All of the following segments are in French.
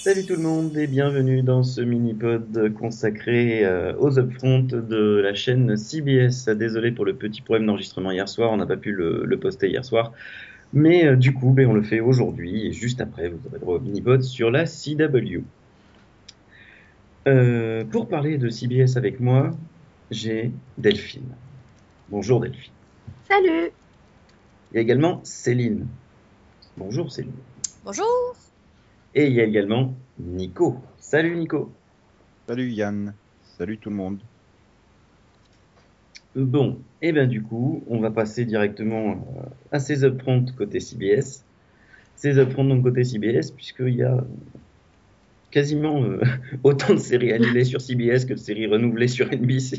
Salut tout le monde et bienvenue dans ce mini-pod consacré aux upfronts de la chaîne CBS. Désolé pour le petit problème d'enregistrement hier soir, on n'a pas pu le poster hier soir. Mais du coup, on le fait aujourd'hui et juste après, vous aurez droit au mini-pod sur la CW. Pour parler de CBS avec moi, j'ai Delphine. Bonjour Delphine. Salut! Il y a également Céline. Bonjour Céline. Bonjour. Et il y a également Nico. Salut Nico. Salut Yann, salut tout le monde. Bon, et bien du coup, on va passer directement à ces upfronts côté CBS. Ces upfronts donc côté CBS, puisqu'il y a quasiment autant de séries annulées sur CBS que de séries renouvelées sur NBC.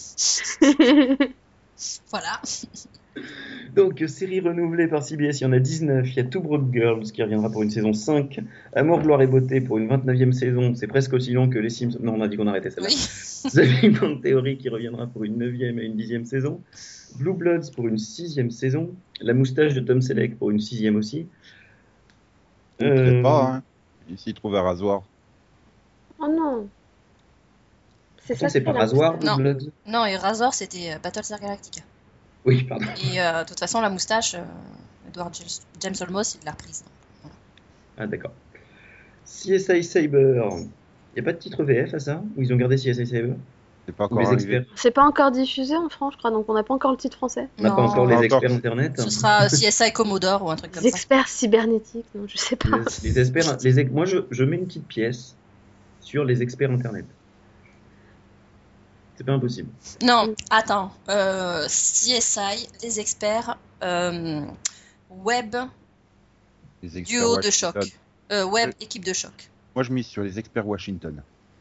Voilà. Donc, séries renouvelées par CBS, il y en a 19. Il y a Two Broke Girls qui reviendra pour une saison 5. Amour, gloire et beauté pour une 29e saison. C'est presque aussi long que les Simpsons. Non, on a dit qu'on arrêtait celle-là. Oui. The Big Bang Theory qui reviendra pour une 9e et une 10e saison. Blue Bloods pour une 6e saison. La moustache de Tom Selleck pour une 6e aussi. On ne sait pas, hein. Ici, trouve un rasoir. Oh non! C'est pas rasoir, Blue Non. Bloods. Non, et Razor, c'était Battlestar Galactica. Oui, pardon. Et de toute façon, la moustache, Edward James Olmos, il l'a reprise. Ah, d'accord. CSI Cyber. Il n'y a pas de titre VF à ça? Ou ils ont gardé CSI Cyber? C'est pas Ou encore les arrivé. experts? C'est pas encore diffusé en France, je crois, donc on n'a pas encore le titre français. On n'a pas Non. encore les Pas experts encore. internet? Ce sera CSI Commodore ou un truc comme Les ça. experts cybernétiques, non, je sais pas. Les experts, moi je mets une petite pièce sur les experts internet. C'est pas impossible. Non, attends. CSI, les experts, web, Les experts duo de Washington. choc. Web, équipe de choc. Moi, je mise sur les experts Washington.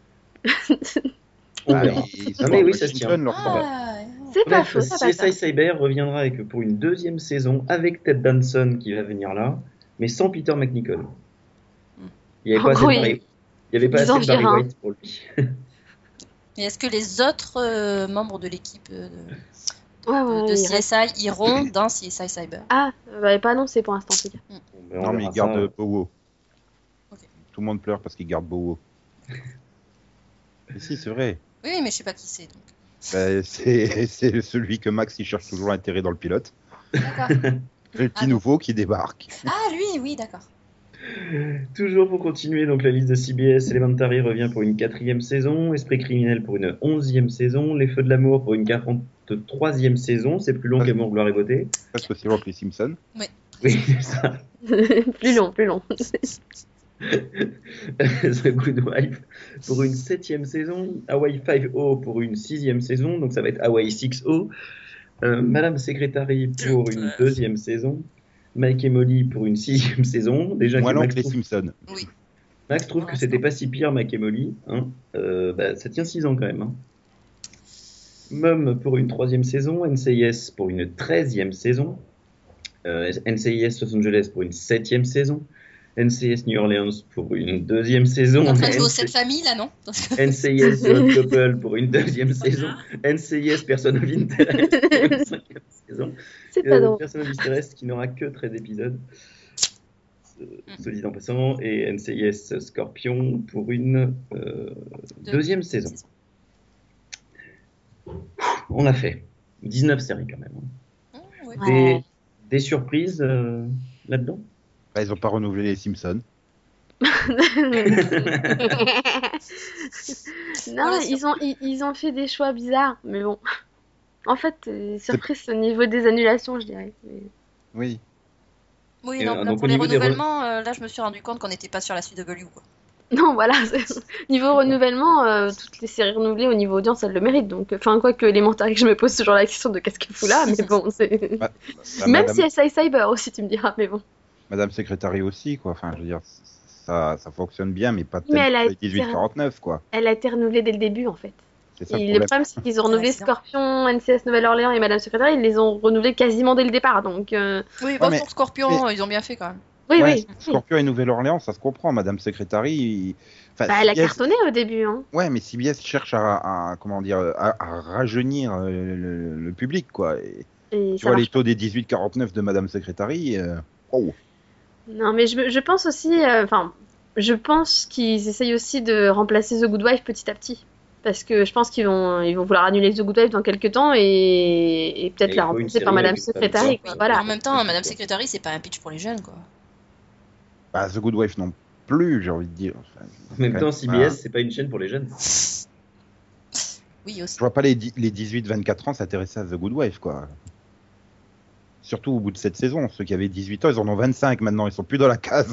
On verra. Ils Ah, sont mais à oui, ça se tient. Washington, leur centre. Ah, C'est pas Bref, faux, ça passe. CSI Cyber reviendra pour une 2e saison avec Ted Danson qui va venir là, mais sans Peter McNichol. Il n'y avait pas assez de Oui. Barry, il y avait pas Ils assez en de Barry virent un. White pour lui. Et est-ce que les autres membres de l'équipe Ouais, de il reste- CSI iront dans CSI Cyber? Ah, pas annoncé pour l'instant, en tout cas. Bon, on Non, mais verra ils gardent ça. Bowo. Ok. Tout le monde pleure parce qu'ils gardent Bowo. Mais si, c'est vrai. Oui, mais je sais pas qui c'est. Donc. Bah, c'est celui que Max il cherche toujours à intégrer dans le pilote. D'accord. Le petit Ah, non. nouveau qui débarque. Ah, lui, oui, d'accord. Toujours pour continuer, donc la liste de CBS, Elementary revient pour une 4e saison, Esprit criminel pour une 11e saison, Les Feux de l'amour pour une 43e saison, c'est plus long qu'Amour, gloire et beauté. Presque aussi long que les Simpsons. Oui, c'est ça. Plus long, plus long. The Good Wife pour une 7e saison, Hawaii 5-0 pour une 6e saison, donc ça va être Hawaii 6-0, Madame Secretary pour une 2e saison, Mike et Molly pour une 6e saison. Déjà Moins que long Max que les trouve, Simpsons. Oui. Max trouve Pour que c'était pas si pire, Mike et Molly. Hein. Ça tient 6 ans quand même. Hein. Mum pour une 3e saison, NCIS pour une 13e saison, NCIS Los Angeles pour une 7e saison, NCIS New Orleans pour une 2e saison, T'es en train de jouer aux NC 7 familles, là, non? NCIS The Odd Couple pour une 2e saison, NCIS Person of Interest pour une 5e saison, C'est pas drôle. Person of Interest qui n'aura que 13 épisodes, se dit en passant, et NCIS Scorpion pour une 2e saison. On a fait 19 séries quand même. Hein. Oui. Ouais. Des surprises là-dedans? Bah, ils ont pas renouvelé les Simpsons. Non, ils ont fait des choix bizarres, mais bon. En fait, surprise au niveau des annulations, je dirais. Mais- Oui. Oui, Et, non, là, donc, pour au les niveau des renouvellements, là, je me suis rendu compte qu'on n'était pas sur la CW, quoi. Non, voilà. Niveau renouvellement, toutes les séries renouvelées au niveau audience, elles le méritent. Donc, enfin, quoi que Elementary, que je me pose toujours la question de qu'est-ce qu'elle fout là, mais bon, c'est. Bah, Même Madame, CSI Cyber aussi, tu me diras, mais bon. Madame Secretary aussi, quoi. Enfin, je veux dire, ça fonctionne bien, mais pas Mais tel elle a que les 1849, quoi. Elle a été renouvelée dès le début, en fait. C'est ça Et le le problème. problème, c'est qu'ils ont renouvelé accident. Scorpion, NCS Nouvelle-Orléans et Madame Secrétaire, ils les ont renouvelés quasiment dès le départ. Donc, Oui, bon, mais- pour Scorpion, ils ont bien fait, quand même. oui, Ouais, oui. Scorpion et Nouvelle-Orléans, ça se comprend. Madame Secretary, enfin, Bah, elle a CBS cartonné au début. Hein. Ouais, mais CBS cherche comment dire, à rajeunir le public, quoi. Et Et tu ça vois marche les taux des 18-49 de Madame Secretary. Oh. Non, mais je pense aussi, enfin, Je pense qu'ils essayent aussi de remplacer The Good Wife petit à petit. Parce que je pense ils vont vouloir annuler The Good Wife dans quelques temps et peut-être Et la il faut une remplacer série par Madame avec une femme Secretary. forte. Quoi. Mais Voilà. en même temps, Madame Secretary, c'est pas un pitch pour les jeunes, quoi. Bah, The Good Wife non plus, j'ai envie de dire. Enfin, En même quand temps, même, CBS, voilà. c'est pas une chaîne pour les jeunes. Oui, aussi. Je vois pas les 18-24 ans s'intéresser à The Good Wife, quoi. Surtout au bout de cette saison. Ceux qui avaient 18 ans, ils en ont 25 maintenant, ils sont plus dans la case.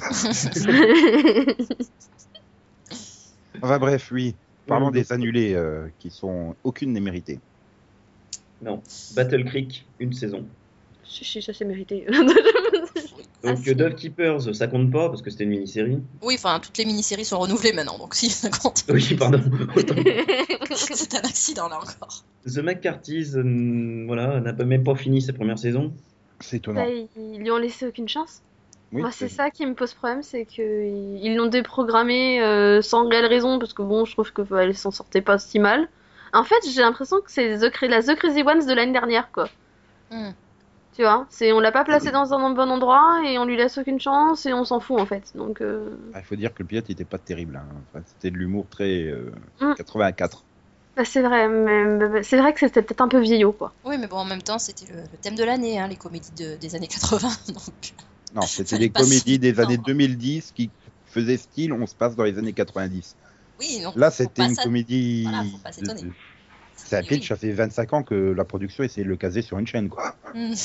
Enfin bref, oui. Parlons Oui, des donc- annulés qui sont. Aucune n'est méritée. Non. Battle Creek, une saison. Si, ça c'est mérité. Oui. Donc Ah, si. Dove Keepers, ça compte pas parce que c'était une mini-série. Oui, enfin, toutes les mini-séries sont renouvelées maintenant, donc si, ça compte. Oui, pardon. Autant. C'est un accident, là, encore. The McCarthy's, voilà, n'a même pas fini sa première saison. C'est étonnant. Bah, ils lui ont laissé aucune chance. Oui, Moi, c'est ça qui me pose problème, c'est qu'ils l'ont déprogrammé sans réelle raison, parce que bon, je trouve qu'elle s'en sortait pas si mal. En fait, j'ai l'impression que c'est la The Crazy Ones de l'année dernière, quoi. Hmm. Tu vois, on l'a pas placé dans un bon endroit et on lui laisse aucune chance et on s'en fout en fait. Donc, Ah, il faut dire que le pilote n'était pas terrible. Hein. Enfin, c'était de l'humour très Mm. 84. bah, c'est vrai, mais c'est vrai que c'était peut-être un peu vieillot, quoi. Oui, mais bon, en même temps, c'était le thème de l'année, hein, les comédies des années 80, donc... Non, c'était Fallait des pas comédies si- des non. années 2010 qui faisaient style on se passe dans les années 90. Oui, donc... Là, faut c'était pas une s'at- comédie. Voilà, faut pas s'étonner. C'est un Oui, pitch, oui. ça fait 25 ans que la production essayait de le caser sur une chaîne, quoi. Hmm.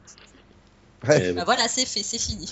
Bref, Bah voilà, c'est fait, c'est fini.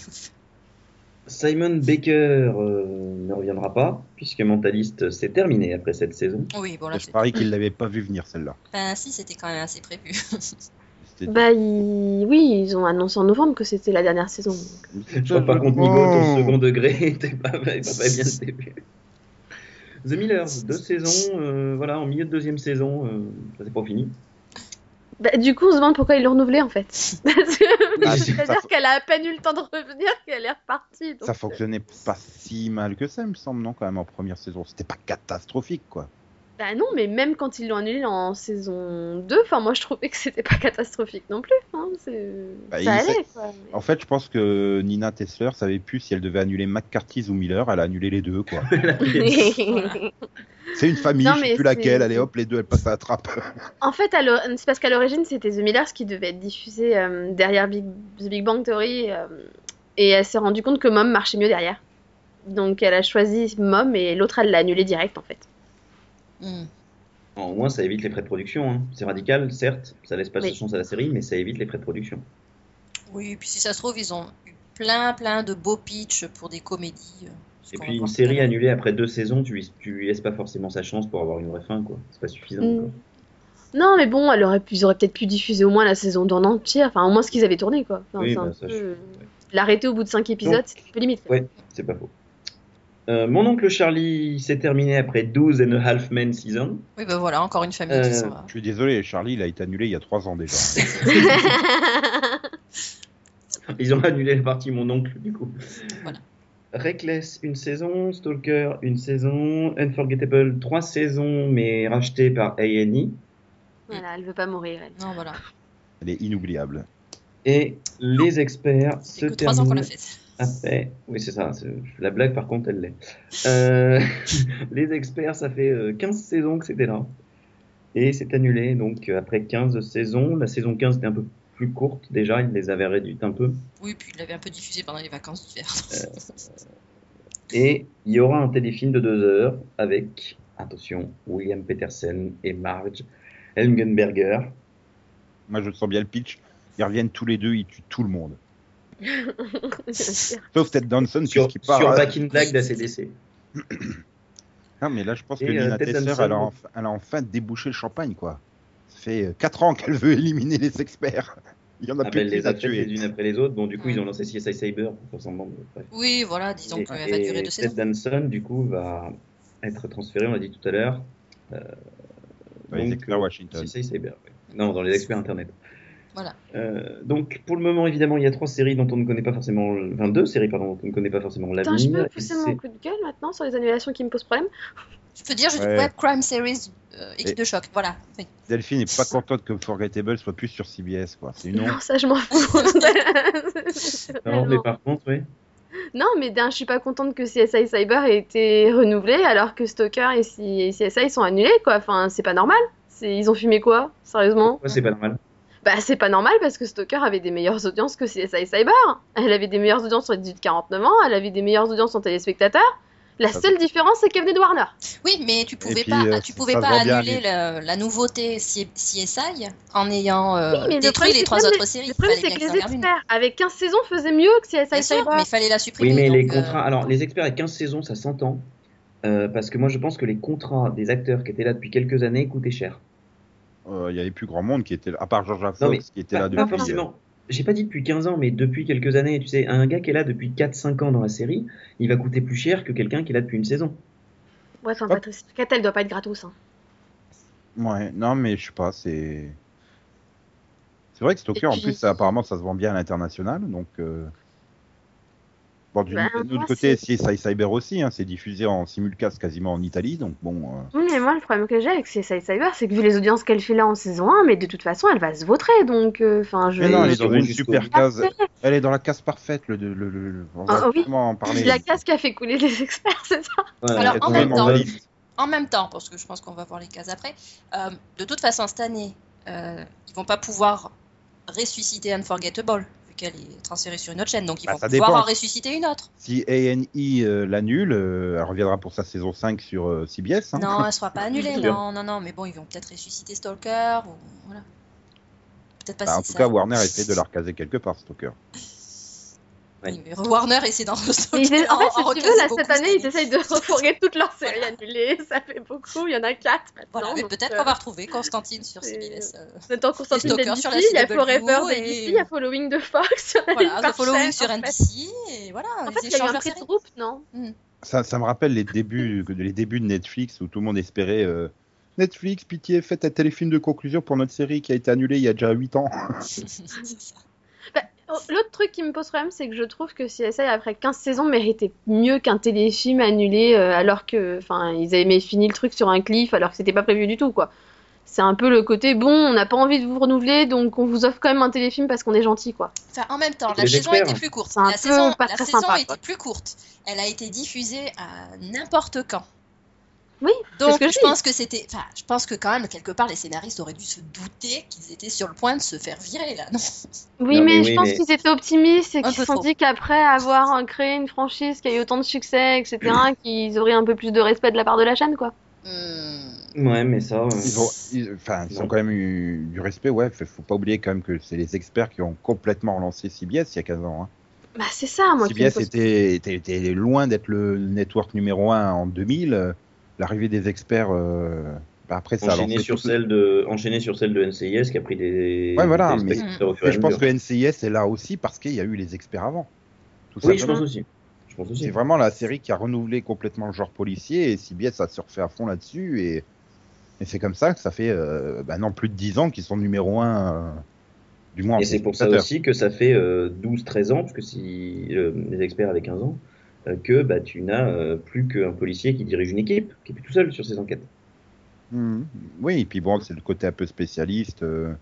Simon Baker ne reviendra pas, puisque Mentalist s'est terminé après cette saison. Oui, bon, là, je c'est... parie qu'il l'avait pas vu venir, celle-là. Ben si, c'était quand même assez prévu. C'était- Bah, oui, ils ont annoncé en novembre que c'était la dernière saison. Je crois par contre, Nigo, ton second degré, t'es pas bien le début. The Millers, 2 saisons, voilà, en milieu de deuxième saison, ça c'est pas fini. Bah, du coup, on se demande pourquoi ils l'ont renouvelée en fait. Parce que- Ah, C'est-à-dire ça- qu'elle a à peine eu le temps de revenir qu'elle est repartie. donc, Ça fonctionnait pas si mal que ça, il me semble, non, quand même, en première saison. C'était pas catastrophique, quoi. Bah non, mais même quand ils l'ont annulée en saison 2, enfin moi je trouvais que c'était pas catastrophique non plus. Hein, Bah, ça il allait quoi. En fait, je pense que Nina Tessler savait plus si elle devait annuler McCarthy's ou Miller. Elle a annulé les deux, quoi. Voilà. C'est une famille, Non, je sais mais plus laquelle. c'est- Allez hop, les deux, elles passent à la trappe. En fait, c'est parce qu'à l'origine c'était The Millers qui devait être diffusé derrière The Big Bang Theory et elle s'est rendue compte que Mom marchait mieux derrière. Donc elle a choisi Mom et l'autre elle l'a annulé direct en fait. Hmm. Au moins, ça évite les frais de production. Hein. C'est radical, certes, ça laisse pas de Oui. chance à la série, mais ça évite les frais de production. Oui, et puis si ça se trouve, ils ont eu plein de beaux pitchs pour des comédies. Ce Et qu'on puis va une voir série tout à l'heure. annulée après 2 saisons, tu lui laisses pas forcément sa chance pour avoir une vraie fin, quoi. C'est pas suffisant. Mm. Quoi. Non, mais bon, ils auraient peut-être pu diffuser au moins la saison d'en entière, enfin au moins ce qu'ils avaient tourné quoi. Enfin, Oui, c'est bah, un ça, peu, je- l'arrêter au bout de 5 épisodes, Donc, c'est un peu limite. Ouais, c'est pas faux. Mon oncle Charlie s'est terminé après 12 and a half men season. Oui, ben voilà, encore une famille qui s'en va. Je suis désolé, Charlie, il a été annulé il y a 3 ans déjà. Ils ont annulé la partie mon oncle, du coup. Voilà. Reckless, une saison. Stalker, une saison. Unforgettable, 3 saisons, mais rachetées par A&E. Voilà, elle veut pas mourir elle. Non, voilà. Elle est inoubliable. Et les experts se C'est que 3 ans qu'on l'a terminent fait. après. Oui, c'est ça. La blague, par contre, elle l'est. Les experts, ça fait 15 saisons que c'était là. Et c'est annulé. Donc, après 15 saisons, la saison 15 était un peu plus courte déjà. Ils les avaient réduites un peu. Oui, puis il l'avait un peu diffusé pendant les vacances d'hiver. Et il y aura un téléfilm de 2 heures avec, attention, William Petersen et Marge Elgenberger. Moi, je sens bien le pitch. Ils reviennent tous les deux, ils tuent tout le monde. Bien sûr. Sauf Ted Danson, Sur puisqu'il part. Back in Black d'ACDC. Non, mais là, je pense Et, que Nina Ted Tessler, Danson. elle a enfin débouché le champagne, quoi. Ça fait 4 ans qu'elle veut éliminer les experts. Il y en a Ah plus ben, elle les qu'une à a faites tuer. les unes après les autres. Bon, du coup, Ouais. ils ont lancé CSI Cyber pour faire semblant de... bref. Oui, voilà, disons qu'elle va durer 2 Ted saisons. Danson, du coup, va être transféré, on l'a dit tout à l'heure. Dans les experts Washington. CSI Cyber, ouais. Non, dans les experts Internet. Voilà. Donc, pour le moment, évidemment, il y a 3 séries dont on ne connaît pas forcément... Enfin, 2 séries, pardon, dont on ne connaît pas forcément Putain, je l'avenir. peux pousser mon coup de gueule maintenant sur les annulations qui me posent problème. Je peux dire juste Ouais. web crime series équipe de choc. Voilà. Oui. Delphine n'est pas contente que Forgettable soit plus sur CBS, quoi. C'est une honte. Non, ça je m'en fous. Non, mais par contre, oui. Non, mais je suis pas contente que CSI Cyber ait été renouvelé alors que Stalker et CSI sont annulés, quoi. Enfin, c'est pas normal. Ils ont fumé quoi, sérieusement? Ouais, c'est pas normal. Bah, c'est pas normal parce que Stalker avait des meilleures audiences que CSI Cyber. Elle avait des meilleures audiences sur les 18-49 ans, elle avait des meilleures audiences en téléspectateurs. La seule différence, c'est qu'elle venait de Warner. Oui, mais tu pouvais puis, pas ça se vend bien, annuler la nouveauté CSI en ayant Mais détruit les 3 autres séries. Le problème, Fallait c'est que bien les faire une. experts, avec 15 saisons, faisaient mieux que CSI Bien sûr, Cyber. mais il fallait la supprimer. Oui, mais les donc, contrats. Alors, les experts à 15 saisons, ça s'entend. Parce que moi, je pense que les contrats des acteurs qui étaient là depuis quelques années coûtaient cher. Il y avait plus grand monde qui était là, à part Georgia Non, mais Fox qui était là pas depuis. forcément. J'ai pas dit depuis 15 ans, mais depuis quelques années. Tu sais, un gars qui est là depuis 4-5 ans dans la série, il va coûter plus cher que quelqu'un qui est là depuis une saison. Ouais, enfin, Hop. Patrice Catel doit pas être gratos. Hein. Ouais, non, mais je sais pas, c'est. C'est vrai que Stalker, Et en puis- plus, apparemment, ça se vend bien à l'international, donc. Bon, d'un autre moi, côté, CSI Cyber aussi, hein, c'est diffusé en simulcast quasiment en Italie, donc bon. Oui, mais moi, le problème que j'ai avec CSI Cyber, c'est que vu les audiences qu'elle fait là en saison 1, mais de toute façon, elle va se vautrer, donc, enfin, Mais non, elle est sur dans une jusqu'au super bout. case. Elle est dans la case parfaite, on va Ah, oui. vraiment en parler. La casse qui a fait couler les experts, c'est ça? Voilà. Alors, Elle est en dans même le temps, mentaliste. En même temps, parce que je pense qu'on va voir les cases après, de toute façon, cette année, ils vont pas pouvoir ressusciter Unforgettable, vu qu'elle est transférée sur une autre chaîne, donc ils Bah, vont ça pouvoir dépend. en ressusciter une autre. Si A&E l'annule, elle reviendra pour sa saison 5 sur CBS. Hein. Non, elle sera pas annulée, Sûr. non, mais bon, ils vont peut-être ressusciter Stalker, ou voilà. Peut-être pas Bah, en si tout ça. cas, Warner essaie de la recaser quelque part, Stalker. Oui, mais Warner essaie d'en Mais en fait, si tu veux, là, cette année, ils essayent de refourguer toutes leurs séries annulées. Ça fait beaucoup. Il y en a 4 maintenant. Voilà, mais donc, peut-être qu'on va retrouver Constantine sur c'est- CBS. Maintenant, Constantine Stalker d'NBC, sur la il y a CW Forever et- d'NBC, il y a Following de Fox. Il y en a Voilà, une The par Following chaîne, sur en fait. NBC, et voilà, En ils fait, il y a eu échangent un leurs prix de séries. groupe, non? Ça me rappelle les débuts de Netflix où tout le monde espérait Netflix, pitié, faites un téléfilm de conclusion pour notre série qui a été annulée il y a déjà 8 ans. C'est ça. L'autre truc qui me pose problème, c'est que je trouve que CSI, après 15 saisons, méritait mieux qu'un téléfilm annulé alors que, enfin, ils avaient fini le truc sur un cliff alors que c'était pas prévu du tout, quoi. C'est un peu le côté, bon, on n'a pas envie de vous renouveler, donc on vous offre quand même un téléfilm parce qu'on est gentil, quoi. Enfin, en même temps, Et la les saison experts. était plus courte. C'est un La peu saison, pas la très saison sympa, était quoi. plus courte. Elle a été diffusée à n'importe quand. Oui, c'est Donc, ce que je je dis. pense que c'était. Enfin, je pense que quand même, quelque part, les scénaristes auraient dû se douter qu'ils étaient sur le point de se faire virer, là, non? Oui, Non, mais mais je oui, pense mais- qu'ils étaient optimistes et Un qu'ils se peu sont trop. dit qu'après avoir créé une franchise qui a eu autant de succès, etc., qu'ils auraient un peu plus de respect de la part de la chaîne, quoi. Ouais, mais ça. Ils ont Non. quand même eu du respect, ouais. Faut pas oublier quand même que c'est les experts qui ont complètement relancé CBS il y a 15 ans. Hein. Bah, c'est ça, moi, qui me CBS pose... était loin d'être le network numéro 1 en 2000. L'arrivée des experts, après ça a Enchaîné lancé sur, tout- celle de NCIS qui a pris des. Ouais, voilà, des mais- spectateurs au fur et Mais à je pense mesure. que NCIS est là aussi parce qu'il y a eu les experts avant. Tout Oui, je simplement. pense aussi. Je pense aussi. C'est vraiment la série qui a renouvelé complètement le genre policier et CBS a surfé à fond là-dessus et c'est comme ça que ça fait non plus de 10 ans qu'ils sont numéro 1 du moins en Et c'est pour ça téléspectateurs. aussi que ça fait 12-13 ans, parce que si les experts avaient 15 ans, que bah, tu n'as plus qu'un policier qui dirige une équipe, qui est plus tout seul sur ses enquêtes. Oui, et puis bon, c'est le côté un peu spécialiste,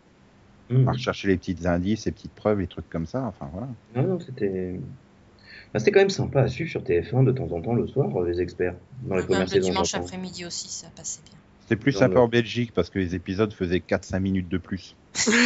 Mmh. à rechercher les petites indices, les petites preuves, les trucs comme ça, enfin voilà. Non, c'était. Bah, c'était quand même sympa à suivre sur TF1 de temps en temps le soir, les experts, dans les Même premières le saisons. dimanche j'entends. après-midi aussi, ça passait bien. C'était plus Dans sympa le- en Belgique parce que les épisodes faisaient 4-5 minutes de plus.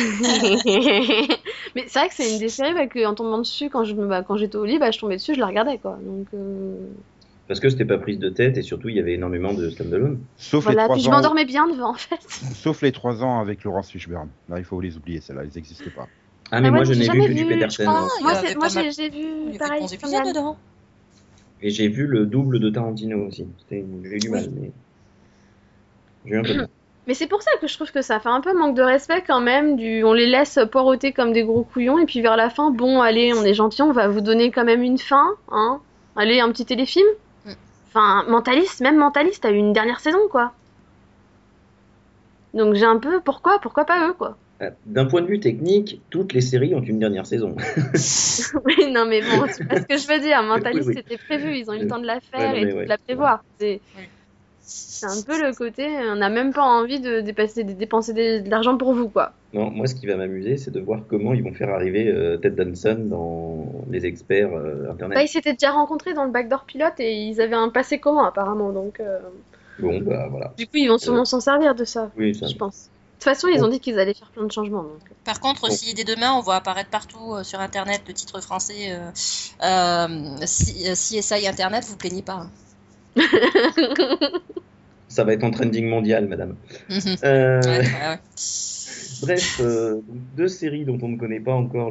Mais c'est vrai que c'est une des séries que, en tombant dessus, quand j'étais au lit, je tombais dessus, je la regardais, quoi. Donc, Parce que c'était pas prise de tête et surtout il y avait énormément de stand-alone. Sauf voilà, les puis je 3 ans. m'endormais bien devant, en fait. Sauf les 3 ans avec Laurence Fishburne. Là, il faut les oublier, celles-là, ils n'existent pas. Ah, mais Ah moi ouais, je j'ai n'ai jamais vu que du vu, je Petersen. crois. hein. Il y Moi, avait pas mal- j'ai Il y vu, avait pareil, bons comme épisodes Yann. dedans. Et j'ai vu le double de Tarantino aussi. J'ai eu du mal, mais. J'ai eu un peu de mal. Mais c'est pour ça que je trouve que ça fait un peu manque de respect quand même. On les laisse poireauter comme des gros couillons et puis vers la fin, bon, allez, on est gentil, on va vous donner quand même une fin, hein. Allez, un petit téléfilm. Enfin, Mentaliste a eu une dernière saison, quoi. Donc j'ai un peu, pourquoi pas eux, quoi. D'un point de vue technique, toutes les séries ont une dernière saison. Oui, non, mais bon, tu vois ce que je veux dire. Mentaliste, Oui. c'était prévu, ils ont eu le temps de la faire Ouais, non, et mais de ouais. la prévoir. C'est un peu le côté, on n'a même pas envie de dépenser de l'argent pour vous, quoi. Non, moi, ce qui va m'amuser, c'est de voir comment ils vont faire arriver Ted Danson dans les experts Bah, Internet. ils s'étaient déjà rencontrés dans le backdoor pilote et ils avaient un passé commun, apparemment, donc... Bon, bah voilà. Du coup, ils vont sûrement s'en servir de ça, Oui, ça. je pense. De toute façon, ils ont dit qu'ils allaient faire plein de changements, donc... Par contre, Bon. si dès demain on voit apparaître partout sur Internet le titre français CSI Internet, vous plaignez pas. Ça va être en trending mondial, madame. Ouais, Euh, ouais. Bref, trois séries dont on ne connaît pas encore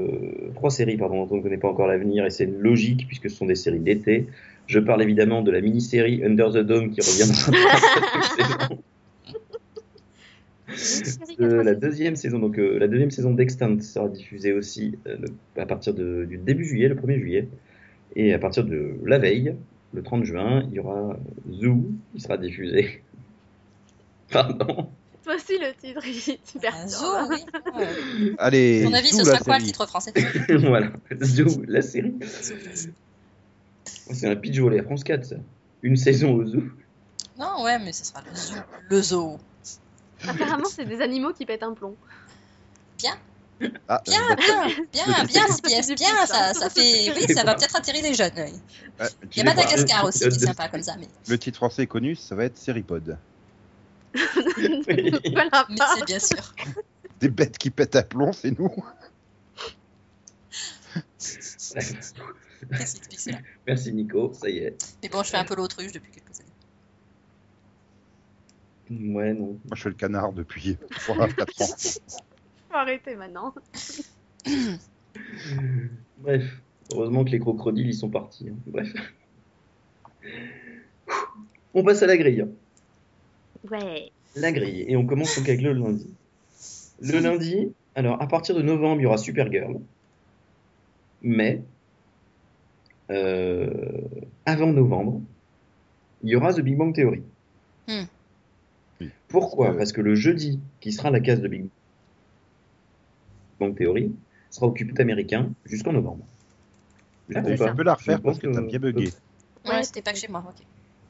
l'avenir, et c'est logique puisque ce sont des séries d'été. Je parle évidemment de la mini-série Under the Dome qui reviendra dans la deuxième saison. Donc la deuxième saison d'Extant sera diffusée aussi à partir du début juillet, le 1er juillet. Et à partir de la veille, le 30 juin, il y aura Zoo qui sera diffusé. Pardon. Toi aussi, le titre, il te perturbe. Zoo, oui. Ouais. Allez, À ton avis, Zoo, ce la sera quoi le série. titre français? Voilà, Zoo, la série. Zoo. C'est un pitch volé à France 4, ça. Une saison au Zoo. Non, ouais, mais ce sera le zoo. Le zoo. Apparemment, c'est des animaux qui pètent un plomb. Ah, Bien, bien, CBS, bien, ça fait. Oui, ça va peut-être attirer les jeunes. Oui. Il y a Madagascar aussi qui est sympa comme ça, mais Le titre français connu, ça va être Seripod. Voilà, c'est bien sûr. Des bêtes qui pètent à plomb, c'est nous. Qu'est-ce qui explique cela? Merci Nico, ça y est. Mais bon, je fais un peu l'autruche depuis quelques années. Ouais, non. Moi, je fais le canard depuis 3-4 ans. faut arrêter maintenant. Bref, heureusement que les crocodiles ils sont partis. Hein. Bref. On passe à la grille. Ouais. La grille. Et on commence donc avec le lundi. Le lundi, alors à partir de novembre, il y aura Supergirl. Mais avant novembre, il y aura The Big Bang Theory. Oui. Pourquoi? Parce que le jeudi, qui sera la case de Big Bang Theory, sera au cube américain jusqu'en novembre. Là, C'est ou ça. pas Tu peux la refaire Je parce pense que t'as bien bugué. Ouais, c'était pas que chez moi, ok.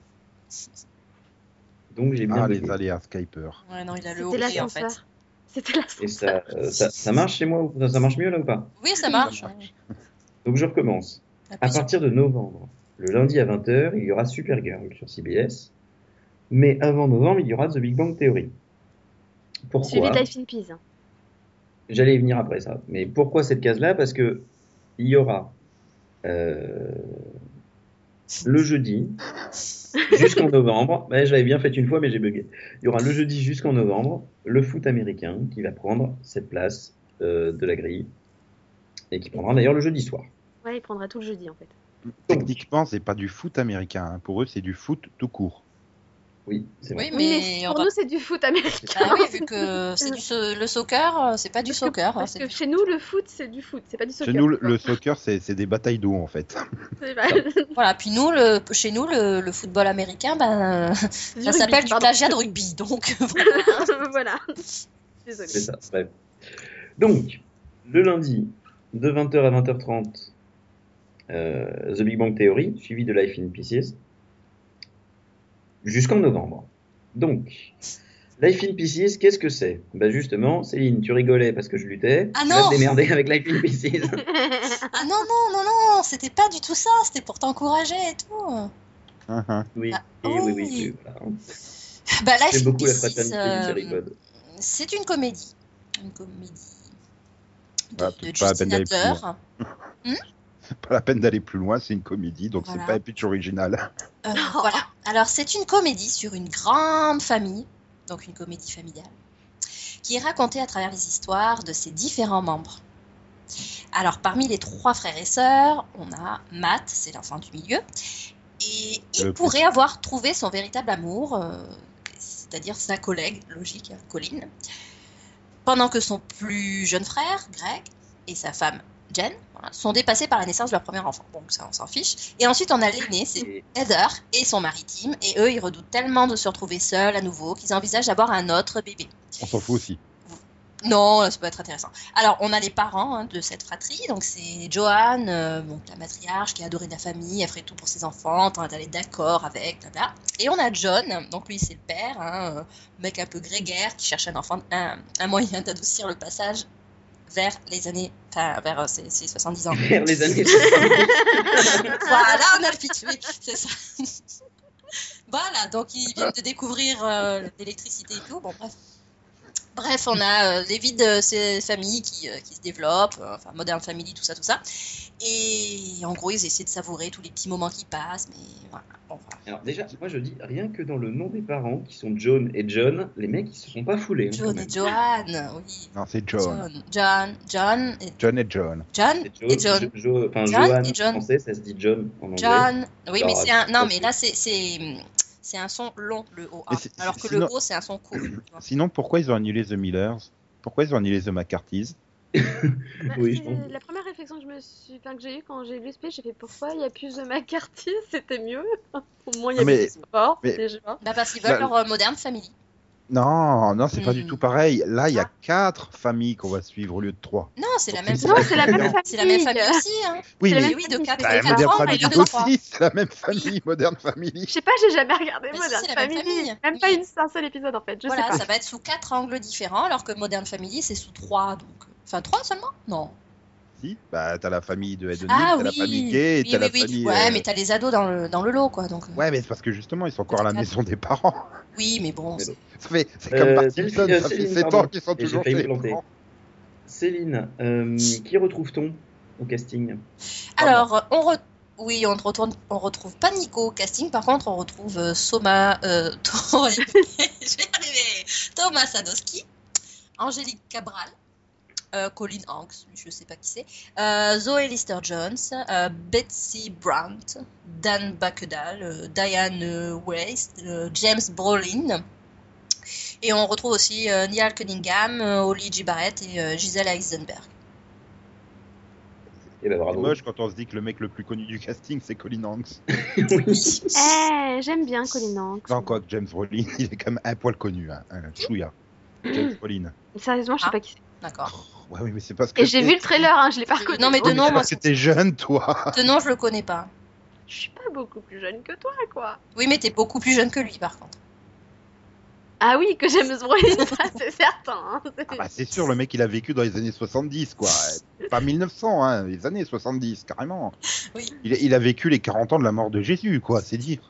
Donc j'ai bien Ah, bugué. les aléas Skyper. Ouais, non, il a le C'était hockey en fait. l'ascenseur. C'était Et l'ascenseur. ça marche chez moi? Ça marche mieux là ou pas? Oui, ça marche. Donc je recommence. À partir de novembre, le lundi à 20h, il y aura Supergirl sur CBS. Mais avant novembre, il y aura The Big Bang Theory. Pourquoi? Suivi de Life in Peace. J'allais y venir après ça. Mais pourquoi cette case-là? Parce que il y aura le jeudi jusqu'en novembre. Ouais, je l'avais bien fait une fois, mais j'ai bugué. Il y aura le jeudi jusqu'en novembre le foot américain qui va prendre cette place de la grille et qui prendra d'ailleurs le jeudi soir. Ouais, il prendra tout le jeudi en fait. Techniquement, c'est pas du foot américain. Hein. Pour eux, c'est du foot tout court. Oui, c'est vrai. Oui, Oui, mais pour nous, c'est du foot américain. Ah oui, vu que c'est le soccer, c'est pas du soccer. Parce c'est que du- chez nous, le foot, c'est du foot, c'est pas du soccer. Chez nous, le soccer, c'est des batailles d'eau, en fait. C'est pas- Voilà, puis nous, chez nous, le football américain, c'est du ça rugby, s'appelle du pardon. plagiat de rugby. Donc, Voilà. Désolée. C'est ça, bref. Donc, le lundi, de 20h à 20h30, The Big Bang Theory, suivi de Life in Pieces, jusqu'en novembre. Donc, Life in Pieces, qu'est-ce que c'est? Bah justement, Céline, tu rigolais parce que je luttais. Ah Tu vas non te démerder avec Life in Pieces. ah non, c'était pas du tout ça, c'était pour t'encourager et tout. Oui, Ah, et oui, oui. voilà. Life J'aime in beaucoup la Pieces, fraternité du Seripod. c'est une comédie. Une comédie de, Ah, de pas la peine Justin d'aller plus Adler. loin. Pas la peine d'aller plus loin, c'est une comédie, donc Voilà. c'est pas un pitch original. Voilà. Alors, c'est une comédie sur une grande famille, donc une comédie familiale, qui est racontée à travers les histoires de ses différents membres. Alors, parmi les 3 frères et sœurs, on a Matt, c'est l'enfant du milieu, et il Le pourrait avoir trouvé son véritable amour, c'est-à-dire sa collègue, logique, Colin, pendant que son plus jeune frère, Greg, et sa femme, Jen, voilà, sont dépassés par la naissance de leur premier enfant. Donc ça, on s'en fiche. Et ensuite, on a l'aîné, c'est Et- Heather et son mari Tim. Et eux, ils redoutent tellement de se retrouver seuls à nouveau qu'ils envisagent d'avoir un autre bébé. On s'en fout aussi. Non, ça peut être intéressant. Alors, on a les parents de cette fratrie. Donc, c'est Joanne, donc la matriarche qui est adorée de la famille. Elle ferait tout pour ses enfants. Elle est d'accord avec, blabla. Et on a John. Donc, lui, c'est le père. Mec un peu grégaire qui cherche un moyen d'adoucir le passage vers les années... Enfin, vers ses 70 ans. Vers les années 70. Voilà, on a le pitch. Oui, c'est ça. Voilà, donc ils viennent de découvrir l'électricité et tout. Bon, bref. Bref, on a les vies de ces familles qui se développent, enfin Modern Family, tout ça. Et en gros, ils essaient de savourer tous les petits moments qui passent, mais voilà. Bon, voilà. Alors déjà, moi je dis, rien que dans le nom des parents, qui sont John et John, les mecs ils se sont pas foulés. Hein, John et Joanne, oui. Non, c'est John. John et John et John. John et John. Enfin, John Johan et John. en français, ça se dit John en anglais. John, oui, mais Alors, c'est un... Non, mais là, c'est un son long, le OA. Alors que le O, c'est un son court. Sinon, pourquoi ils ont annulé The Millers? Pourquoi ils ont annulé The McCarthy's? Oui, je pense. La première réflexion que j'ai eue quand j'ai lu ce pitch, j'ai fait pourquoi il n'y a plus de McCarthy, c'était mieux. Au moins il y avait du sport, déjà. Bah parce qu'ils veulent leur Modern Family. Non, c'est pas du tout pareil. Là, il y a 4 familles qu'on va suivre au lieu de 3. Non, c'est la même famille. Non, c'est la même famille. C'est la même famille aussi. Hein. Oui, mais oui, de 4 Modern ans, Family et de 3. aussi, c'est la même famille, Modern Family. Je sais pas, j'ai jamais regardé Mais Modern si, c'est la même Family. famille. Même pas un seul épisode en fait. Je Voilà, sais pas. ça va être sous 4 angles différents, alors que Modern Family, c'est sous 3. Donc... Enfin, 3 seulement? Non. Si, bah t'as la famille de Ed O'Neill, t'as la famille gay, et t'as la famille... Ouais, mais t'as les ados dans le lot, quoi. Donc... Ouais, mais c'est parce que justement, ils sont encore à la maison des parents. Oui, mais bon... C'est comme Bart Simpson, ça fait 7 ans qu'ils sont toujours chez les parents. Céline, qui retrouve-t-on au casting? Alors, oui, on retrouve pas Nico au casting, par contre, on retrouve Soma... Je vais y arriver. Thomas Sadoski, Angélique Cabral, Colin Hanks, je sais pas qui c'est, Zoe Lister-Jones, Betsy Brandt, Dan Bacudal, Diane Weiss, James Brolin, et on retrouve aussi Niall Cunningham, Holly G. Barrett et Giselle Eisenberg. Et ben bravo. C'est moche quand on se dit que le mec le plus connu du casting c'est Colin Hanks. Oui. J'aime bien Colin Hanks. Non, quoi que James Brolin, il est quand même un poil connu, un chouïa. James Brolin. Sérieusement, je sais pas qui c'est. D'accord. Ouais, oui, mais c'est parce que. Et j'ai vu le trailer, je l'ai pas reconnu. Non, mais de nom, moi. C'était jeune, toi. De nom, je le connais pas. Je suis pas beaucoup plus jeune que toi, quoi. Oui, mais t'es beaucoup plus jeune que lui, par contre. Ah oui, que James Brolin, ça c'est certain. Hein. Ah bah, c'est sûr, le mec il a vécu dans les années 70, quoi. Pas 1900, hein, les années 70, carrément. Oui. Il a vécu les 40 ans de la mort de Jésus, quoi, c'est dire.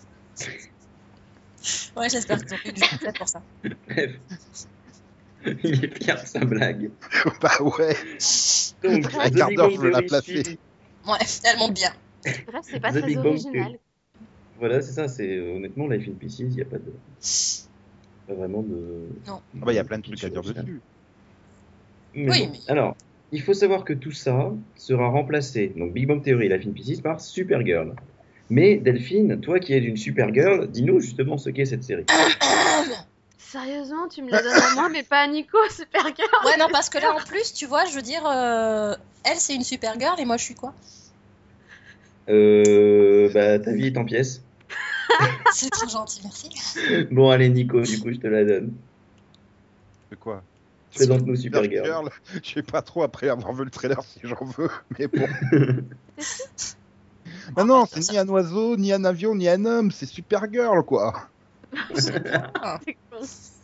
Ouais, j'espère qu'ils ont fait du succès pour ça. Bref. Il est fier de sa blague. Bah ouais. Donc, un quart d'heure, je veux la placer. Ouais, elle monte bien. Bref, c'est pas The très Big Bang original. Voilà, c'est ça. C'est honnêtement Life in Pieces, il n'y a pas vraiment de. Non. Ah bah il y a plein de trucs à dire dessus. Mais Oui, bon. mais- Alors, il faut savoir que tout ça sera remplacé, donc Big Bang Theory et Life in Pieces, par Supergirl. Mais Delphine, toi qui es une Supergirl, dis-nous justement ce qu'est cette série. Sérieusement, tu me la donnes à moi, mais pas à Nico, Supergirl. Ouais, non, parce que là, en plus, tu vois, je veux dire, elle, c'est une super girl et moi, je suis quoi? Bah, ta vie est en pièces. C'est très gentil, merci. Bon, allez, Nico, du coup, je te la donne. C'est quoi? Présente-nous Supergirl. Supergirl, je sais pas trop après avoir vu le trailer si j'en veux, mais bon. Bah non, c'est ni un oiseau, ni un avion, ni un homme, c'est Supergirl, quoi. C'est con.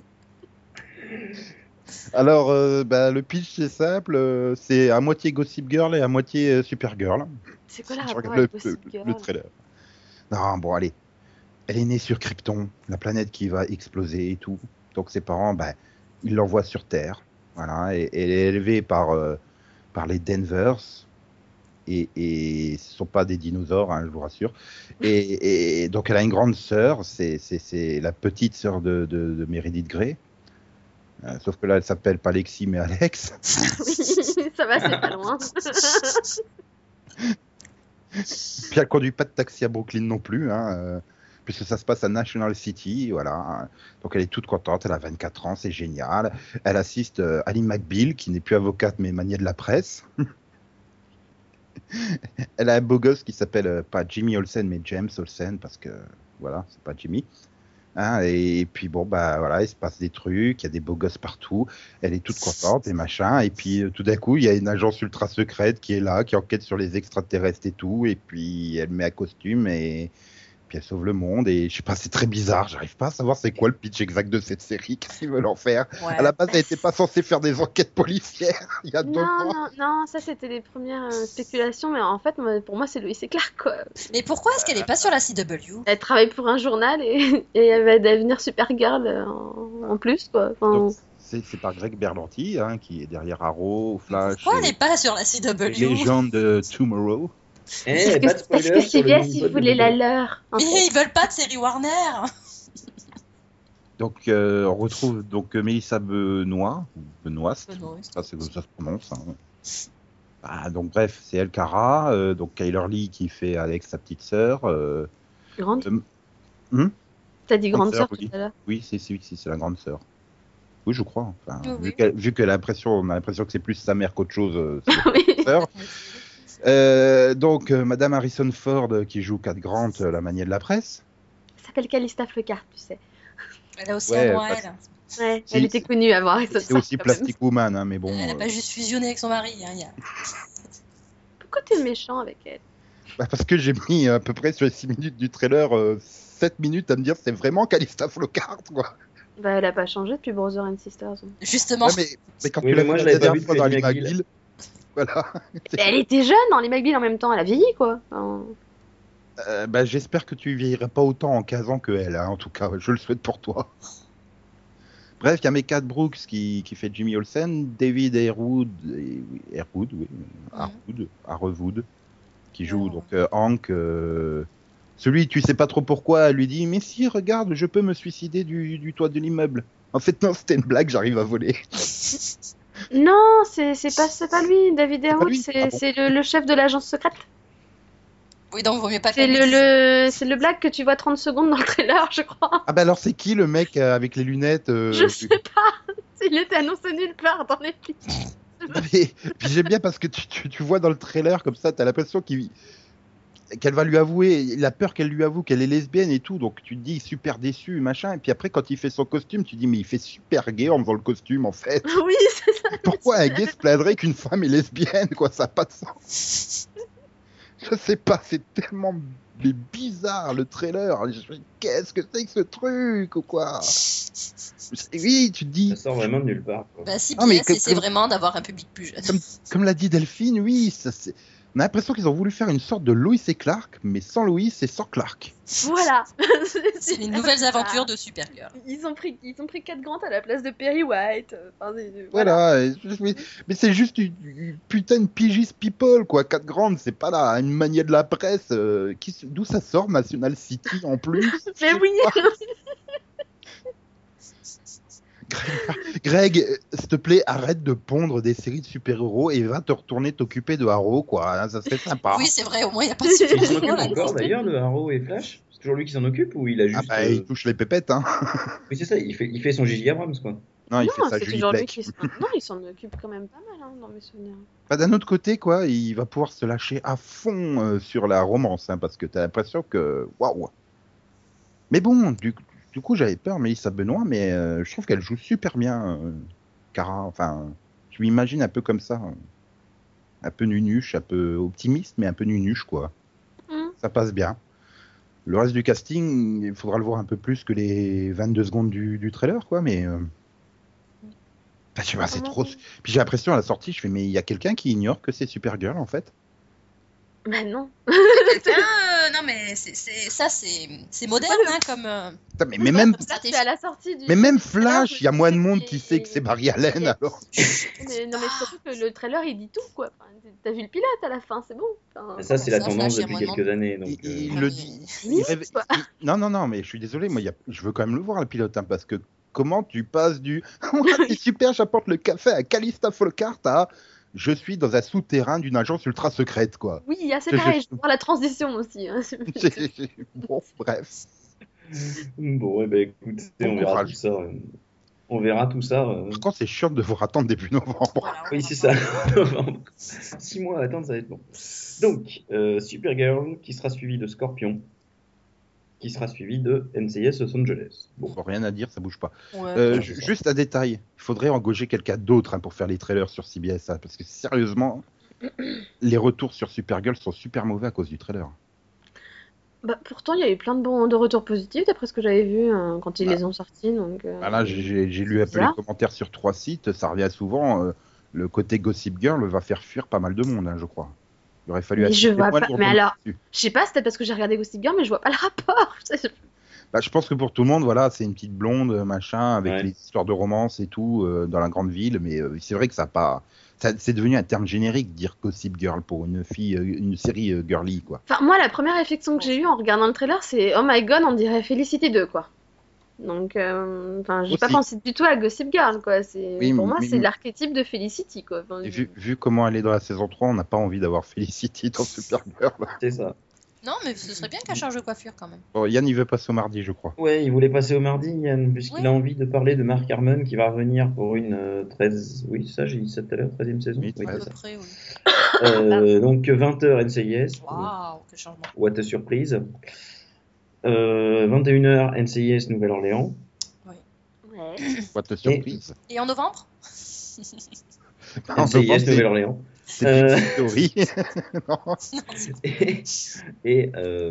Alors, bah, le pitch c'est simple, c'est à moitié Gossip Girl et à moitié Supergirl. C'est quoi la Je rapport regarde avec Gossip Girl le trailer. Non, bon, allez. Elle est née sur Krypton, la planète qui va exploser et tout. Donc ses parents, bah, ils l'envoient sur Terre. Voilà, et elle est élevée par les Denvers. Et ce ne sont pas des dinosaures, hein, je vous rassure. Et donc elle a une grande sœur, c'est la petite sœur de Meredith Grey. Sauf que là, elle s'appelle pas Lexi, mais Alex. Oui, ça va, c'est pas loin. Puis elle conduit pas de taxi à Brooklyn non plus, hein, puisque ça se passe à National City, voilà. Donc elle est toute contente, elle a 24 ans, c'est génial. Elle assiste Ali McBeal, qui n'est plus avocate mais maniait de la presse. Elle a un beau gosse qui s'appelle pas Jimmy Olsen mais James Olsen, parce que voilà, c'est pas Jimmy. Hein, et puis bon, bah voilà, il se passe des trucs, il y a des beaux gosses partout, elle est toute contente et machin, et puis tout d'un coup, il y a une agence ultra secrète qui est là, qui enquête sur les extraterrestres et tout, et puis elle met un costume et puis elle sauve le monde, et je sais pas, c'est très bizarre, j'arrive pas à savoir c'est quoi le pitch exact de cette série, qu'est-ce qu'ils veulent en faire. À la Ouais. base, elle était pas censée faire des enquêtes policières il y a 2 Non, ans. non, non, ça c'était les premières spéculations, mais en fait, pour moi, c'est Lois et Clark, quoi. Mais pourquoi est-ce qu'elle est pas sur la CW? Elle travaille pour un journal et elle va devenir Supergirl en plus, quoi. Enfin, Donc, c'est par Greg Berlanti, hein, qui est derrière Arrow, Flash, Pourquoi elle et est pas sur la CW? Légende de Tomorrow. Eh, pas de parce spoiler que sur le CBS, mini-pod ils de voulaient la Booba. leur. en Mais fait. ils veulent pas de série Warner. Donc, on retrouve donc Mélissa Benoît, ou Benoist, Benoist. ça c'est comme ça se prononce. Hein. Ah, donc bref, c'est El Cara, donc Kyler Lee qui fait Alex, sa petite sœur. Grande. Hum, T'as dit grande sœur oui. tout à l'heure. Oui, c'est la grande sœur. Oui, je crois. Enfin, Oui, vu qu'elle a l'impression, on a l'impression que c'est plus sa mère qu'autre chose, c'est Oui. sa sœur. Donc, Madame Harrison Ford qui joue Cat Grant, la manière de la presse. Elle s'appelle Calista Flockhart, tu sais. Elle a aussi Ouais, un Noël. Ouais, Si, elle était connue avant avec C'est aussi Plastic Woman, hein, mais bon. Elle a pas juste fusionné avec son mari. Hein, Pourquoi t'es méchant avec elle? Bah, parce que j'ai mis à peu près sur les 6 minutes du trailer 7 minutes à me dire c'est vraiment Calista Flockhart, quoi. Bah, elle a pas changé depuis Brother and Sisters. Justement. Ouais, mais quand Oui, tu mais l'as moi, fait je la l'avais pas dernière vu fois dans depuis les McGill. McGill, voilà. Mais elle était jeune dans les McBeal en même temps, elle a vieilli, quoi. Enfin, Bah, j'espère que tu vieilliras pas autant en 15 ans que elle, hein, en tout cas, je le souhaite pour toi. Bref, il y a Mecca Brooks qui fait Jimmy Olsen, David Harwood, qui joue Oh. donc Hank. Celui, tu sais pas trop pourquoi, elle lui dit mais si, regarde, je peux me suicider du toit de l'immeuble. En fait, non, c'était une blague, j'arrive à voler. Non, c'est pas lui, David pas Harewood, lui c'est Ah bon c'est le chef de l'agence secrète. Oui, donc vaut mieux pas C'est qu'elle le dise. c'est le black que tu vois 30 secondes dans le trailer, je crois. Ah bah alors c'est qui le mec avec les lunettes Je sais pas. Il était annoncé nulle part dans les clips. Puis j'aime bien parce que tu vois dans le trailer comme ça, t'as l'impression qu'elle va lui avouer, il a peur qu'elle lui avoue qu'elle est lesbienne et tout, donc tu te dis super déçu, machin, et puis après quand il fait son costume, tu te dis mais il fait super gay en faisant le costume en fait. Oui, c'est ça. Pourquoi un gay se plaindrait qu'une femme est lesbienne, quoi, ça n'a pas de sens. Je sais pas, c'est tellement bizarre le trailer. Je fais, qu'est-ce que c'est que ce truc ou quoi? Oui, tu te dis, Ça sort vraiment de nulle part. Quoi. Bah, CBS Ah, mais essaie vraiment d'avoir un public plus jeune. comme l'a dit Delphine, oui, on a l'impression qu'ils ont voulu faire une sorte de Lois et Clark, mais sans Lois et sans Clark. Voilà. C'est les nouvelles aventures de Supergirl. Ils ont pris Cat Grant à la place de Perry White. Enfin, Voilà, mais c'est juste une putain de pigiste people, quoi. 4 grandes, c'est pas là une mania de la presse. D'où ça sort, National City en plus? Mais oui. Greg, s'il te plaît, arrête de pondre des séries de super-héros et va te retourner t'occuper de Arrow, quoi. Ça serait sympa. Oui, c'est vrai, au moins il n'y a pas de Il s'en super-héros occupe là. encore d'ailleurs de Arrow et Flash. C'est toujours lui qui s'en occupe ou il a Ah juste. bah, il touche les pépettes, hein. Oui, c'est ça, il fait son J.J. Abrams, quoi. Non, il Non, fait ça, c'est Julie toujours lui Plec. qui s'en... Non, il s'en occupe quand même pas mal, hein, dans mes souvenirs. Bah, d'un autre côté, quoi, il va pouvoir se lâcher à fond sur la romance, hein, parce que t'as l'impression que... Waouh. Mais bon, du coup, j'avais peur, Mélissa Benoît, mais je trouve qu'elle joue super bien, Cara. Enfin, je m'imagine un peu comme ça. Un peu nunuche, un peu optimiste, mais un peu nunuche, quoi. Ça passe bien. Le reste du casting, il faudra le voir un peu plus que les 22 secondes du trailer, quoi, mais... Enfin, je sais pas, c'est trop... Puis j'ai l'impression, à la sortie, je fais, mais il y a quelqu'un qui ignore que c'est Supergirl, en fait. Bah non. Non, mais c'est moderne, hein, comme. Putain, mais même... C'est à la sortie du... Mais même Flash, il y a moins de monde qui sait que c'est Barry Allen, alors. Non, mais surtout que le trailer, il dit tout, quoi. Enfin, t'as vu le pilote à la fin, c'est bon. Enfin, Ça, c'est la ça, tendance Flash, il y a depuis moins de quelques années. Donc, Il le dit. limite, quoi. Non, mais je suis désolé, moi, je veux quand même le voir, le pilote, hein, parce que comment tu passes du c'est super, j'apporte le café à Calista Flockhart à je suis dans un souterrain d'une agence ultra secrète, quoi. Oui, c'est pareil, je vois la transition aussi. Hein. Bon, bref. Bon, eh ben, écoute, Bon on verra courage. tout ça. On verra tout ça. Par contre, c'est chiant de devoir attendre début novembre. Voilà, Oui, c'est ça. 6 mois à attendre, ça va être long. Donc, Supergirl qui sera suivi de Scorpion. qui sera suivi de NCIS Los Angeles. Bon. Bon, rien à dire, ça bouge pas. Ouais. Juste un détail, il faudrait engager quelqu'un d'autre pour faire les trailers sur CBS, parce que sérieusement, les retours sur Supergirl sont super mauvais à cause du trailer. Bah, pourtant, il y a eu plein de retours positifs d'après ce que j'avais vu quand ils les ont sortis. Donc, Là, j'ai lu un peu les bizarre. commentaires sur 3 sites, ça revient souvent. Le côté Gossip Girl va faire fuir pas mal de monde, je crois. Il aurait fallu Mais je assister vois moins pas. pour Mais tomber alors, dessus. je sais pas, c'était parce que j'ai regardé Gossip Girl, mais je vois pas le rapport. Je pense que pour tout le monde, voilà, c'est une petite blonde, machin, avec Ouais. les histoires de romance et tout, dans la grande ville, mais c'est vrai que ça a pas. C'est devenu un terme générique, dire Gossip Girl pour une fille, une série girly, quoi. Enfin, moi, la première réflexion que j'ai eue en regardant le trailer, c'est oh my god, on dirait Felicity 2, quoi. Donc, enfin, j'ai pas Aussi. pensé du tout à Gossip Girl, quoi. Oui, Pour moi, mais- c'est l'archétype de Felicity, quoi. Enfin, Et vu comment elle est dans la saison 3, on n'a pas envie d'avoir Felicity dans Supergirl. C'est ça. Non, mais ce serait bien qu'elle change de coiffure quand même. Bon, Yann, il veut passer au mardi, je crois. Ouais, il voulait passer au mardi, Yann, puisqu'il Oui. a envie de parler de Mark Harmon qui va revenir pour une 13. Oui, ça, j'ai dit ça tout à l'heure, 13e saison. Oui, Oui, À 13. peu c'est près, oui. ça. Donc 20h NCIS. Waouh, quel changement. What a surprise. 21h NCIS Nouvelle-Orléans. ouais. What a surprise. Et en novembre En NCIS novembre, Nouvelle-Orléans. c'est Big Story. Non. Et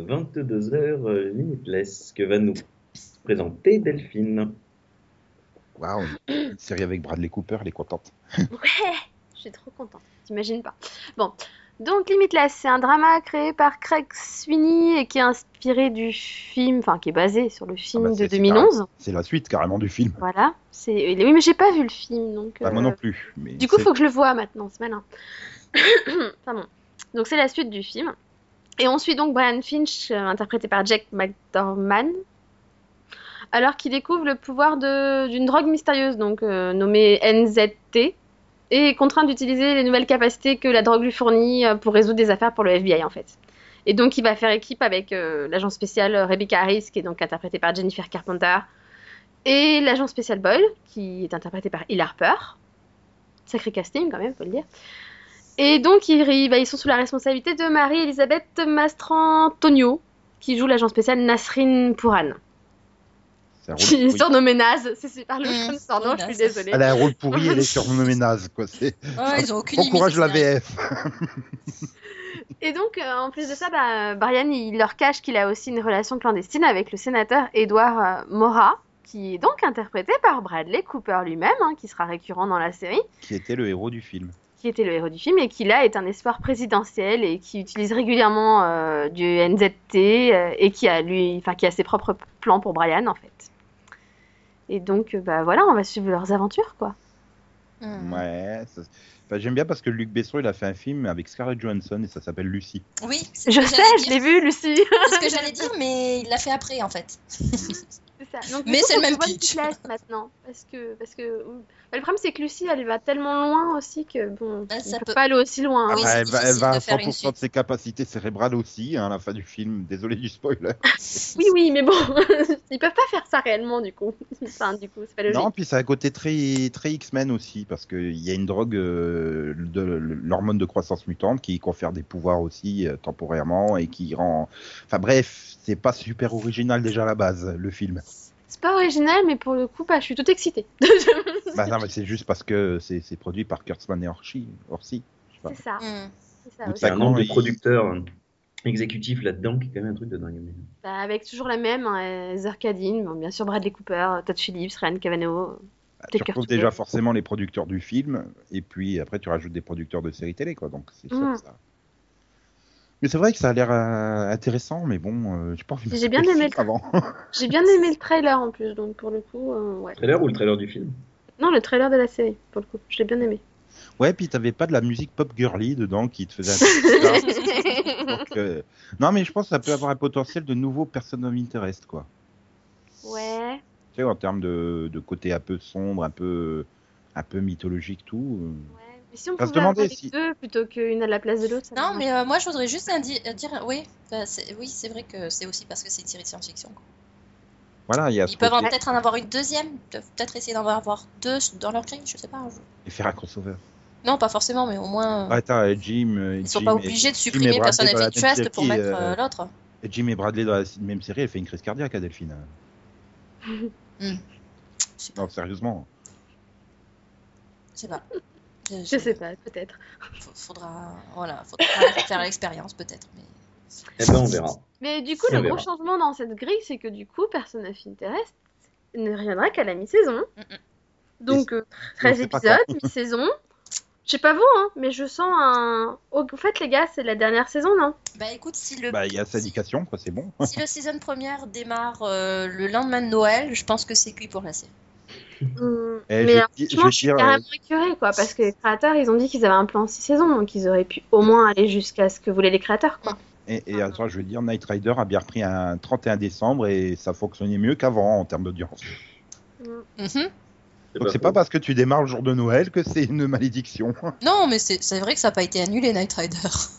22h Limitless que va nous présenter Delphine. Waouh, une série avec Bradley Cooper, elle est contente. Ouais, je suis trop contente. T'imagines pas. Bon, donc Limitless, c'est un drama créé par Craig Sweeney et qui est inspiré du film, enfin qui est basé sur le film bah, de c'est 2011. C'est la suite carrément du film. Voilà. Oui, mais j'ai pas vu le film, donc. Bah, moi non plus. Mais Du coup, c'est- faut que je le voie maintenant, c'est malin. Pardon. Donc c'est la suite du film. Et on suit donc Brian Finch, interprété par Jack McDormand, alors qu'il découvre le pouvoir d'une drogue mystérieuse, donc nommée NZT, et est contraint d'utiliser les nouvelles capacités que la drogue lui fournit pour résoudre des affaires pour le FBI en fait. Et donc il va faire équipe avec l'agent spécial Rebecca Harris, qui est donc interprétée par Jennifer Carpenter, et l'agent spécial Boyle, qui est interprété par Hill Harper. Sacré casting quand même, faut le dire. Et donc ils sont sous la responsabilité de Marie-Elisabeth Mastrantonio, qui joue l'agent spécial Nasrin Pouran. c'est un rôle Qui est pourri. surnommé Naze, c'est super louche comme son nom, oui, je suis Naze. désolée. Elle a un rôle pourri, elle est surnommée naze, quoi. C'est... Ouais, ils ont aucune limite. Encourage la ces séries. VF. Et donc, en plus de ça, Brian, il leur cache qu'il a aussi une relation clandestine avec le sénateur Edward Mora, qui est donc interprété par Bradley Cooper lui-même, qui sera récurrent dans la série, Qui était le héros du film. qui était le héros du film et qui là est un espoir présidentiel et qui utilise régulièrement du NZT et qui a ses propres plans pour Brian en fait. Et donc, voilà, on va suivre leurs aventures, quoi. Ouais. J'aime bien parce que Luc Besson, il a fait un film avec Scarlett Johansson et ça s'appelle Lucy. Oui, c'est Je ce que sais, j'allais je dire. l'ai vu, Lucie. C'est ce que j'allais dire, mais il l'a fait après en fait. C'est ça. Donc, du Mais coup, c'est faut le même que je vois pitch. Limitless maintenant. Parce que le problème, c'est que Lucie, elle va tellement loin aussi que, bon, Ouais, ça on peut peut- pas aller aussi loin. Oui, Ah, c'est elle va difficile à de faire une 100% de suite. ses capacités cérébrales aussi, à la fin du film. Désolé du spoiler. Oui, mais bon, ils peuvent pas faire ça réellement, du coup. Enfin, du coup, c'est pas logique. Non, puis ça a un côté très, très X-Men aussi, parce qu'il y a une drogue, l'hormone de croissance mutante, qui confère des pouvoirs aussi temporairement et qui rend. Enfin bref, c'est pas super original déjà à la base, le film. C'est pas original, mais pour le coup, je suis toute excitée. Bah non, mais c'est juste parce que c'est produit par Kurtzman et Orsi. Je sais pas. C'est ça. Hmm. C'est ça Ou aussi. Il y a un nombre de il- producteurs exécutifs là-dedans qui est quand même un truc de dingue. Avec toujours la même, Heather Cadine, bon, bien sûr Bradley Cooper, Todd Phillips, Ryan Cavanaugh. Tu Tucker retrouves Tucker. déjà forcément les producteurs du film, et puis après tu rajoutes des producteurs de séries télé, quoi. Donc c'est sûr que ça. Mais c'est vrai que ça a l'air intéressant, mais bon, j'ai pas envie de J'ai bien sauter le aimé film avant. J'ai bien aimé le trailer en plus, donc pour le coup, ouais. Trailer ou le trailer du film? Non, le trailer de la série, pour le coup, je l'ai bien aimé. Ouais, puis t'avais pas de la musique pop girly dedans qui te faisait un peu bizarre. Donc, non, mais je pense que ça peut avoir un potentiel de nouveau Person of Interest, quoi. Ouais. Tu sais, en termes de côté un peu sombre, un peu mythologique, tout. Ouais. Mais si on va se pouvait avoir demander les si- deux plutôt qu'une à la place de l'autre, ça Non, m'arrange. mais moi je voudrais juste dire, oui, oui, c'est vrai que c'est aussi parce que c'est une série de science-fiction. Quoi. Voilà, il y a Ils ce peuvent côté- peut-être en avoir une deuxième, peut-être essayer d'en avoir deux dans leur grille, je sais pas. et faire un crossover. Non, pas forcément, mais au moins Attends, Jim. ils sont pas obligés de supprimer Person of Interest pour mettre l'autre. Et Jim et Bradley dans la même série, elle fait une crise cardiaque à Delphine. Je sais pas. Non, sérieusement. Je sais pas. Je sais pas, peut-être. Faudra faire l'expérience peut-être. Mais... Eh ben, on verra. Mais du coup, On le verra. gros changement dans cette grille, c'est que du coup, Person of Interest ne reviendra qu'à la mi-saison. Donc, 13 on sait pas épisodes, quand. mi-saison. Je sais pas vous, hein, mais je sens un... En fait, les gars, c'est la dernière saison, non? Bah écoute, si le Bah, il y a syndication, quoi, c'est bon. si le season première démarre le lendemain de Noël, je pense que c'est cuit pour la série. Eh, Mais je franchement, vais je suis dire, carrément écœurée, quoi, parce que les créateurs, ils ont dit qu'ils avaient un plan 6 saisons, donc ils auraient pu au moins aller jusqu'à ce que voulaient les créateurs, quoi. et attends, je veux dire, Knight Rider a bien repris un 31 décembre et ça fonctionnait mieux qu'avant en termes d'audience. Donc c'est pas faux. parce que tu démarres le jour de Noël que c'est une malédiction. Non, mais c'est vrai que ça n'a pas été annulé, Knight Rider.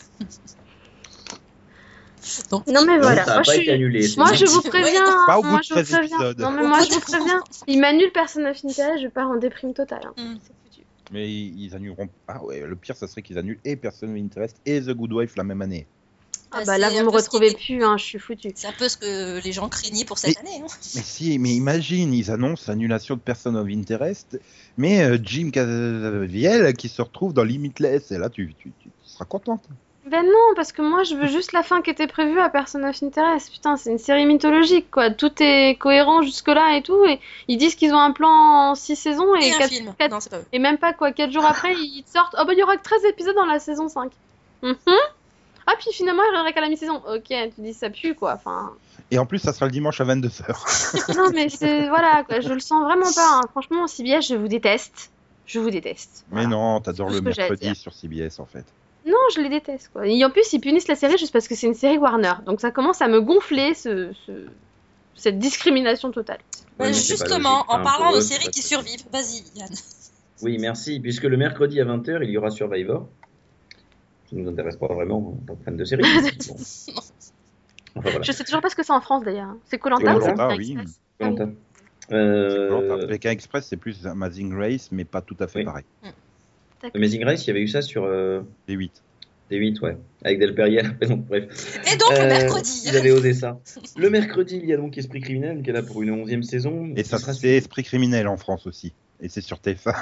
Donc, Non, mais Non, voilà. ça a Moi, pas je été annulé. c'est Moi, bon. je vous Ouais, préviens. donc, pas au bout Moi, de je vous 13 préviens. épisodes. Non, mais Au moi, bout je de- vous préviens. Ils m'annulent Person of Interest, je pars en déprime totale. Hein. Mm. C'est foutu. Mais ils annuleront. Ah ouais, le pire, ça serait qu'ils annulent et Person of Interest et The Good Wife la même année. Ah Ah, bah là, c'est vous un me peu ce qui retrouvez était- plus, hein, je suis foutue. c'est un peu ce que les gens craignaient pour cette année. Hein. Mais si, mais imagine, ils annoncent annulation de Person of Interest, mais Jim Caviezel qui se retrouve dans Limitless, et là tu seras contente. Ben non, parce que moi, je veux juste la fin qui était prévue à Person of Interest. Putain, c'est une série mythologique, quoi. Tout est cohérent jusque-là et tout. Et ils disent qu'ils ont un plan en 6 saisons Et et, un quatre- film. quatre- Non, c'est pas eux. et même pas, quoi. 4 jours après, ils sortent. Oh bah, il y aura que 13 épisodes dans la saison 5. Ah, puis finalement, il reviendra qu'à la mi-saison. Ok, tu dis ça pue, quoi. Enfin. Et en plus, ça sera le dimanche à 22h. Non, mais c'est. Voilà, quoi. Je le sens vraiment pas. Hein. Franchement, CBS, je vous déteste. Je vous déteste. Mais Voilà. non, t'adores C'est le tout ce que j'ai à mercredi dire. sur CBS en fait. Non, je les déteste, quoi. Et en plus, ils punissent la série juste parce que c'est une série Warner. Donc ça commence à me gonfler, cette discrimination totale. Bah, Ouais, mais c'est pas justement, logique. en Enfin, parlant pour de eux, c'est séries pas qui possible. survivent, vas-y, Yann. Oui, merci. Puisque le mercredi à 20h, il y aura Survivor. Qui ne nous intéresse pas vraiment, en tant que fan de série. mais bon. Enfin voilà. Je sais toujours pas ce que c'est en France d'ailleurs. hein. C'est Koh-Lanta Koh-Lanta, ou c'est Koh-Lanta, Pékin oui. Express Koh-Lanta. Pékin Express, c'est plus Amazing Race, mais pas tout à fait Oui. pareil. D'accord. Amazing Race, il y avait eu ça sur Les 8. D8, ouais. Avec Del Perrier à la présente, bref. Et donc, le mercredi. Ils avaient osé ça. Le mercredi, il y a donc Esprit Criminel qui est là pour une 11e saison. Et qui ça, sera c'est Esprit Criminel en France aussi. Et c'est sur TF1.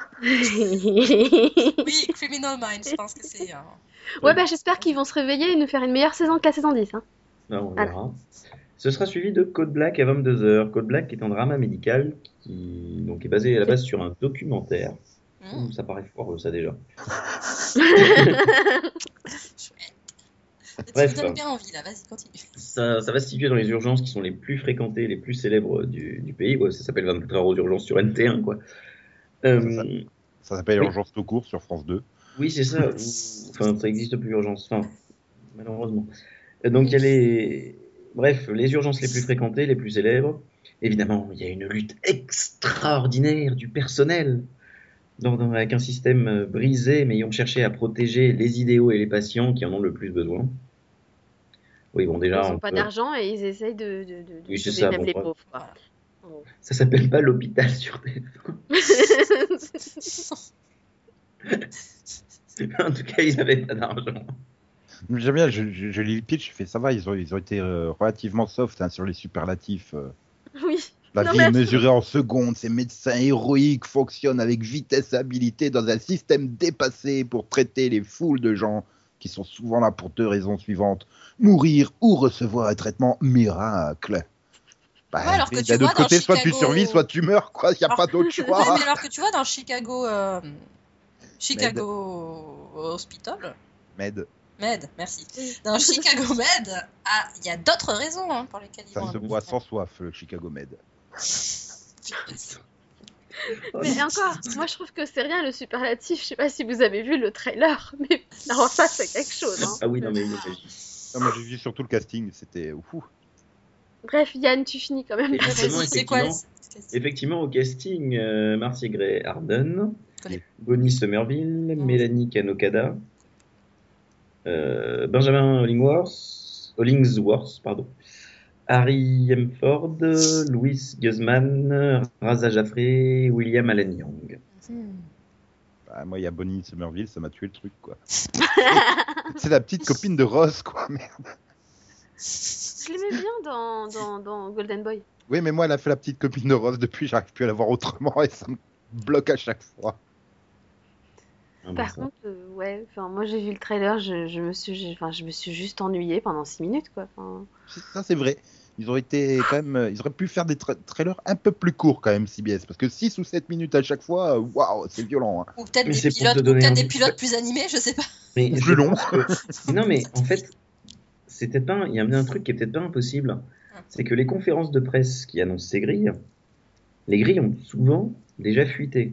Oui, Criminal Minds, je pense que c'est. Ouais, bah j'espère qu'ils vont se réveiller et nous faire une meilleure saison que la saison 10. Hein. Ah, on verra. Ce sera suivi de Code Black à 22h. Code Black est un drama médical qui donc, est basé à la base sur un documentaire. Ça paraît fort, ça déjà. Bref. Tu me donnes bien envie là, vas-y, continue. Ça va se situer dans les urgences qui sont les plus fréquentées, les plus célèbres du pays. Ouais, ça s'appelle 24 heures aux urgences sur NT1, quoi. Ça s'appelle Oui. Urgence tout court sur France 2. Oui, c'est ça. Enfin, ça existe plus urgence. Enfin, malheureusement. Donc, il y a les... Bref, les urgences les plus fréquentées, les plus célèbres. Évidemment, il y a une lutte extraordinaire du personnel avec un système brisé, mais ayant cherché à protéger les idéaux et les patients qui en ont le plus besoin. Oui, bon, déjà... Ils on ont pas peut- d'argent et ils essayent de Oui, c'est sauver ça, même bon, les bref. pauvres. Quoi. Bon. Ça s'appelle pas l'hôpital sur En tout cas, ils n'avaient pas d'argent. J'aime bien, je lis le pitch, je fais ça va, ils ont été relativement soft hein, sur les superlatifs. Oui. La Non, vie mais est mesurée en secondes, ces médecins héroïques fonctionnent avec vitesse et habileté dans un système dépassé pour traiter les foules de gens qui sont souvent là pour 2 raisons suivantes. Mourir ou recevoir un traitement miracle. Bah, Ouais, alors que tu d'un vois, autre dans côté, soit tu Chicago- survis, soit tu meurs, quoi. Il n'y a Alors- pas d'autre Ouais, choix. mais alors que tu vois, dans Chicago Hospital, Med, merci. Dans Chicago Med, il y a d'autres raisons hein, pour lesquelles ils Ça vont. se boit sans soif, le Chicago Med. Mais encore, moi je trouve que c'est rien le superlatif. Je sais pas si vous avez vu le trailer, mais alors ça c'est quelque chose. Hein. Ah oui, non, mais il est magique. Non, moi, j'ai vu surtout le casting, c'était ouf. Bref, Yann, tu finis quand même. Et justement, C'est quoi Effectivement, au casting, Marcia Gray Harden, Connais. Bonnie Somerville, Mélanie Kanokada, Benjamin Hollingsworth, pardon, Harry Hemford, Louis Guzman, Raza Jaffrey, William Allen Young. Bah, moi, il y a Bonnie Somerville, ça m'a tué le truc, quoi. C'est la petite copine de Ross, quoi, merde. Je l'aimais bien dans Golden Boy. Oui, mais moi, elle a fait la petite copine de Ross depuis, j'arrive plus à la voir autrement et ça me bloque à chaque fois. Ah, bon, Par ça. contre, ouais, enfin, moi j'ai vu le trailer, je me suis juste ennuyée pendant 6 minutes, quoi. Enfin, Ça, c'est vrai. Ils auraient été quand même, ils auraient pu faire des trailers un peu plus courts quand même, CBS, parce que 6 ou 7 minutes à chaque fois, waouh, c'est violent. Hein. Ou peut-être Mais des c'est pour te pilotes, ou donner peut-être envie. des pilotes plus animés, je sais pas. Mais Ou je plus long. pense que. Non, mais en fait, c'est peut-être pas. Il y a un truc qui est peut-être pas impossible. C'est que les conférences de presse qui annoncent ces grilles, les grilles ont souvent déjà fuité.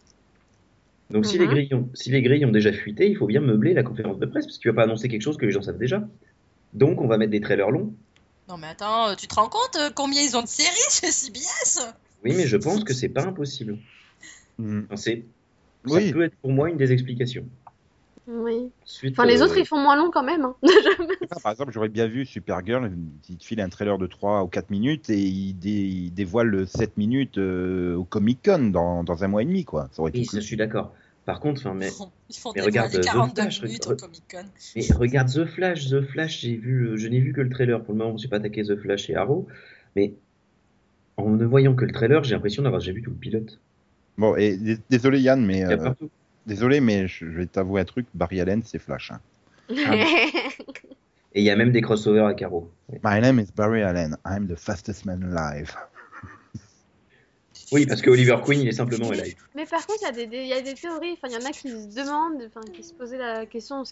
Donc mhm. si les grilles ont déjà fuité, il faut bien meubler la conférence de presse, parce que tu vas pas annoncer quelque chose que les gens savent déjà. Donc on va mettre des trailers longs. Non mais attends, tu te rends compte combien ils ont de séries chez CBS? Oui, mais je pense que c'est pas impossible. Mhm. Enfin, ça Oui, peut être pour moi une des explications. Oui. Suite, Enfin, les autres ils font moins long quand même. Hein. ah, par exemple, j'aurais bien vu Supergirl, il te file un trailer de 3 ou 4 minutes et il dévoile le 7 minutes au Comic Con dans un mois et demi, quoi. Ça aurait été oui, ça plus. je suis d'accord. Par contre, enfin, Ils font mais regarde dévoiler The 42 Flash, minutes au Comic Con. mais regarde The Flash, je n'ai vu que le trailer pour le moment, j'ai pas attaqué The Flash et Arrow, mais en ne voyant que le trailer, j'ai l'impression d'avoir déjà vu tout le pilote. Bon, et désolé Yann, C'est mais ce qu'il y a partout. désolé, mais je vais t'avouer un truc, Barry Allen, c'est Flash. Hein. Ah bon. Et il y a même des crossovers avec Arrow. Ouais. My name is Barry Allen. I'm the fastest man alive. Oui, parce que Oliver Queen, il est simplement live. Mais par contre, il y a des théories. Enfin, il y en a qui se demandent, enfin, qui se posaient la question,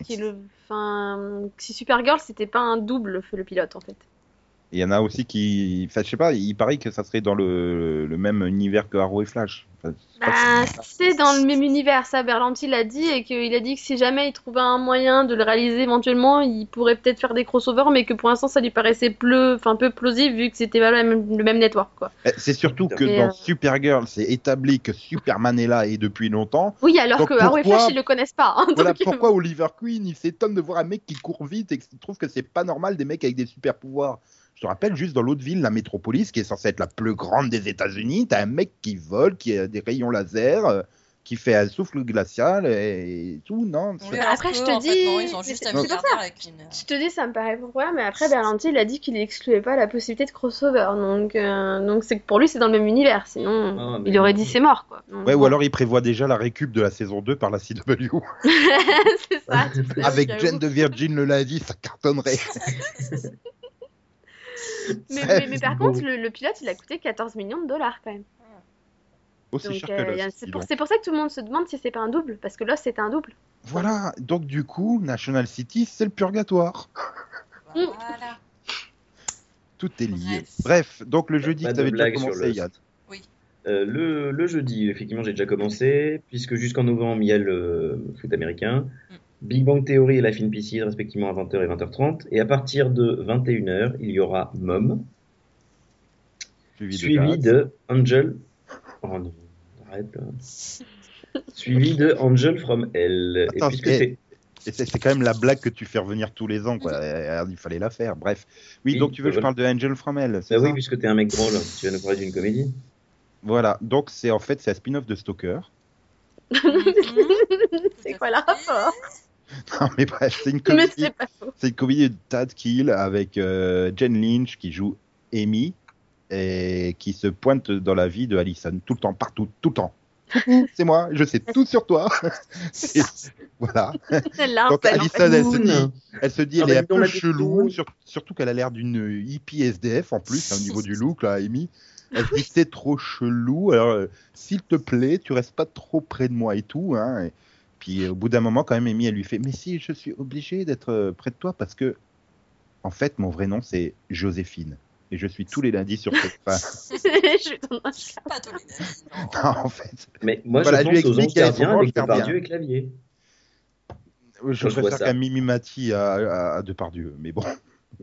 enfin, si Supergirl c'était pas un double le pilote en fait. Il y en a aussi qui. Enfin, je sais pas, il paraît que ça serait dans le même univers que Arrow et Flash. Enfin, Bah, c'est dans le même univers, ça. Berlanti l'a dit et qu'il a dit que si jamais il trouvait un moyen de le réaliser éventuellement, il pourrait peut-être faire des crossovers, mais que pour l'instant, ça lui paraissait peu plausible vu que c'était pas le même network, quoi. c'est surtout que Mais, dans Supergirl, c'est établi que Superman est là et depuis longtemps. oui, alors Donc que Arrow et Flash, ils le connaissent pas. Hein, voilà donc, pourquoi Oliver Queen, il s'étonne de voir un mec qui court vite et qu'il trouve que c'est pas normal des mecs avec des super pouvoirs. Je te rappelle, juste dans l'autre ville, la métropolis, qui est censée être la plus grande des États-Unis, t'as un mec qui vole, qui a des rayons laser, qui fait un souffle glacial et tout, non Oui, Bah, alors après, qu'eux, je te en fait, dis- non, ils ont juste c'est à pour milliardaire avec une. Je te dis, ça me paraît pourquoi, mais après, Berlanti, il a dit qu'il excluait pas la possibilité de crossover. Donc c'est que pour lui, c'est dans le même univers. Sinon, Ah, mais il aurait non. dit c'est mort, quoi. Donc, Ouais, ou bon. alors il prévoit déjà la récup de la saison 2 par la CW. C'est ça, tu sais, au Avec cas Jane où. de Virgin le lundi, ça cartonnerait. Mais par Bon. contre, le pilote, il a coûté 14 millions de dollars quand même. Aussi Donc, cher que Lost, c'est dis pour, donc. c'est pour ça que tout le monde se demande si c'est pas un double, parce que Lost, c'était un double. Voilà, donc du coup, National City, c'est le purgatoire. Voilà. Tout est lié. Bref. Bref, donc le jeudi, Pas tu de avais déjà blague sur commencé, Lost. Yann. Oui. Le jeudi, effectivement, j'ai déjà commencé, puisque jusqu'en novembre, il y a le foot américain. Mm. Big Bang Theory et Life in Pieces, respectivement à 20h et 20h30. Et à partir de 21h, il y aura Mom, suivi Daz. de Angel. Oh non, arrête. Suivi de Angel from Hell. Et Attends, puisque et c'est. c'est quand même la blague que tu fais revenir tous les ans, quoi. Il fallait la faire. Bref. Oui, donc Oui, tu veux que je parle de Angel from Hell, c'est bah ça? oui, puisque t'es un mec drôle, tu vas nous parler d'une comédie. Voilà, donc c'est en fait c'est un spin-off de Stalker. C'est quoi le rapport? Non mais bref, c'est une Mais comédie. c'est pas faux. C'est une comédie de Tad Kill avec Jen Lynch qui joue Amy et qui se pointe dans la vie de Allison tout le temps, partout, tout le temps. Coucou, c'est moi, je sais tout sur toi. Voilà. Elle Donc l'harcèle, en fait. Allison, elle se dit, Ah elle bah est un dis donc, peu la chelou, petite surtout qu'elle a l'air d'une hippie SDF en plus, hein, au niveau du look là, Amy. Elle se dit c'est trop chelou, alors s'il te plaît, tu restes pas trop près de moi et tout. Hein. Et puis au bout d'un moment, quand même, Amy, elle lui fait, mais si, je suis obligée d'être près de toi parce que, en fait, mon vrai nom c'est Joséphine. Et je suis tous les lundis sur cette fin. Je suis ton Oscar. Pas tous les lundis, non. Non, en fait. Mais moi, Voilà, je je lui pense aux explique anges qu'elle est son gardiens ange avec gardien. Depardieu et Clavier. Je Quand je vois préfère ça. qu'un Mimi Mati à Depardieu, mais bon.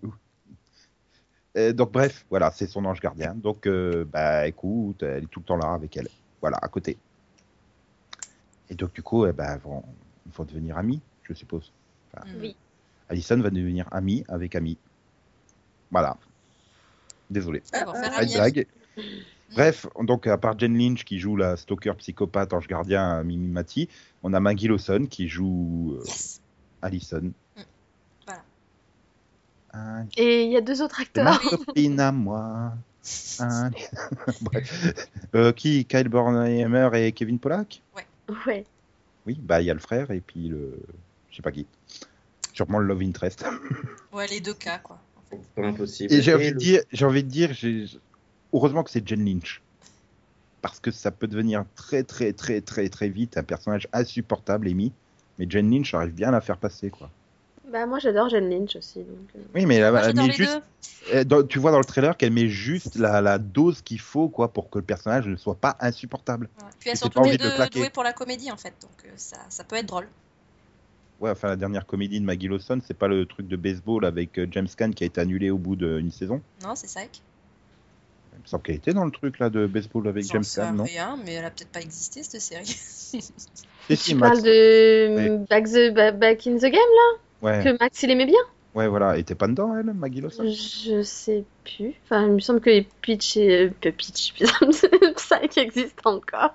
Donc bref, voilà, c'est son ange gardien. Donc bah écoute, elle est tout le temps là avec elle. Voilà, à côté. Et donc du coup, ils vont devenir amis, je suppose. Enfin, Oui. Allison va devenir amie avec Amy. Voilà. Désolé. Ils vont faire Pas un de blague. Bref, donc à part Jen Lynch qui joue la stalker psychopathe ange gardien Mimi Mati, on a Maggie Lawson qui joue Yes. Allison. Voilà. Allez, Et il y a 2 autres c'est ma acteurs. copine à moi. Allez. Bref. Qui Kyle Bornheimer et Kevin Pollak? Ouais. Oui, bah il y a le frère et puis je sais pas qui. Sûrement le love interest. Ouais, les 2 cas, quoi. Pas impossible. Et j'ai envie de dire, heureusement que c'est Jen Lynch. Parce que ça peut devenir très très très très très vite un personnage insupportable, Amy. Mais Jen Lynch arrive bien à la faire passer, quoi. Bah moi j'adore Jane Lynch aussi. Donc, Oui, mais Moi, elle j'adore met les juste. deux. Tu vois dans le trailer qu'elle met juste la dose qu'il faut, quoi, pour que le personnage ne soit pas insupportable. Ouais. Puis elles Et sont c'est pas toutes envie les de le deux claquer. douées pour la comédie, en fait. Donc ça peut être drôle. Ouais, enfin la dernière comédie de Maggie Lawson, c'est pas le truc de baseball avec James Caan qui a été annulé au bout d'une saison. Non, c'est ça. Il me semble qu'elle était dans le truc là de baseball avec J'en James sais Caan, non? rien, mais elle a peut-être pas existé, cette série. Si, tu si, parles Max. de Back in the Game là Ouais, que Max il aimait bien. ouais, voilà. Elle était pas dedans, elle, Maggie Lawson? Je sais plus. Enfin, il me semble que Peach et Peach, ça qui existe encore.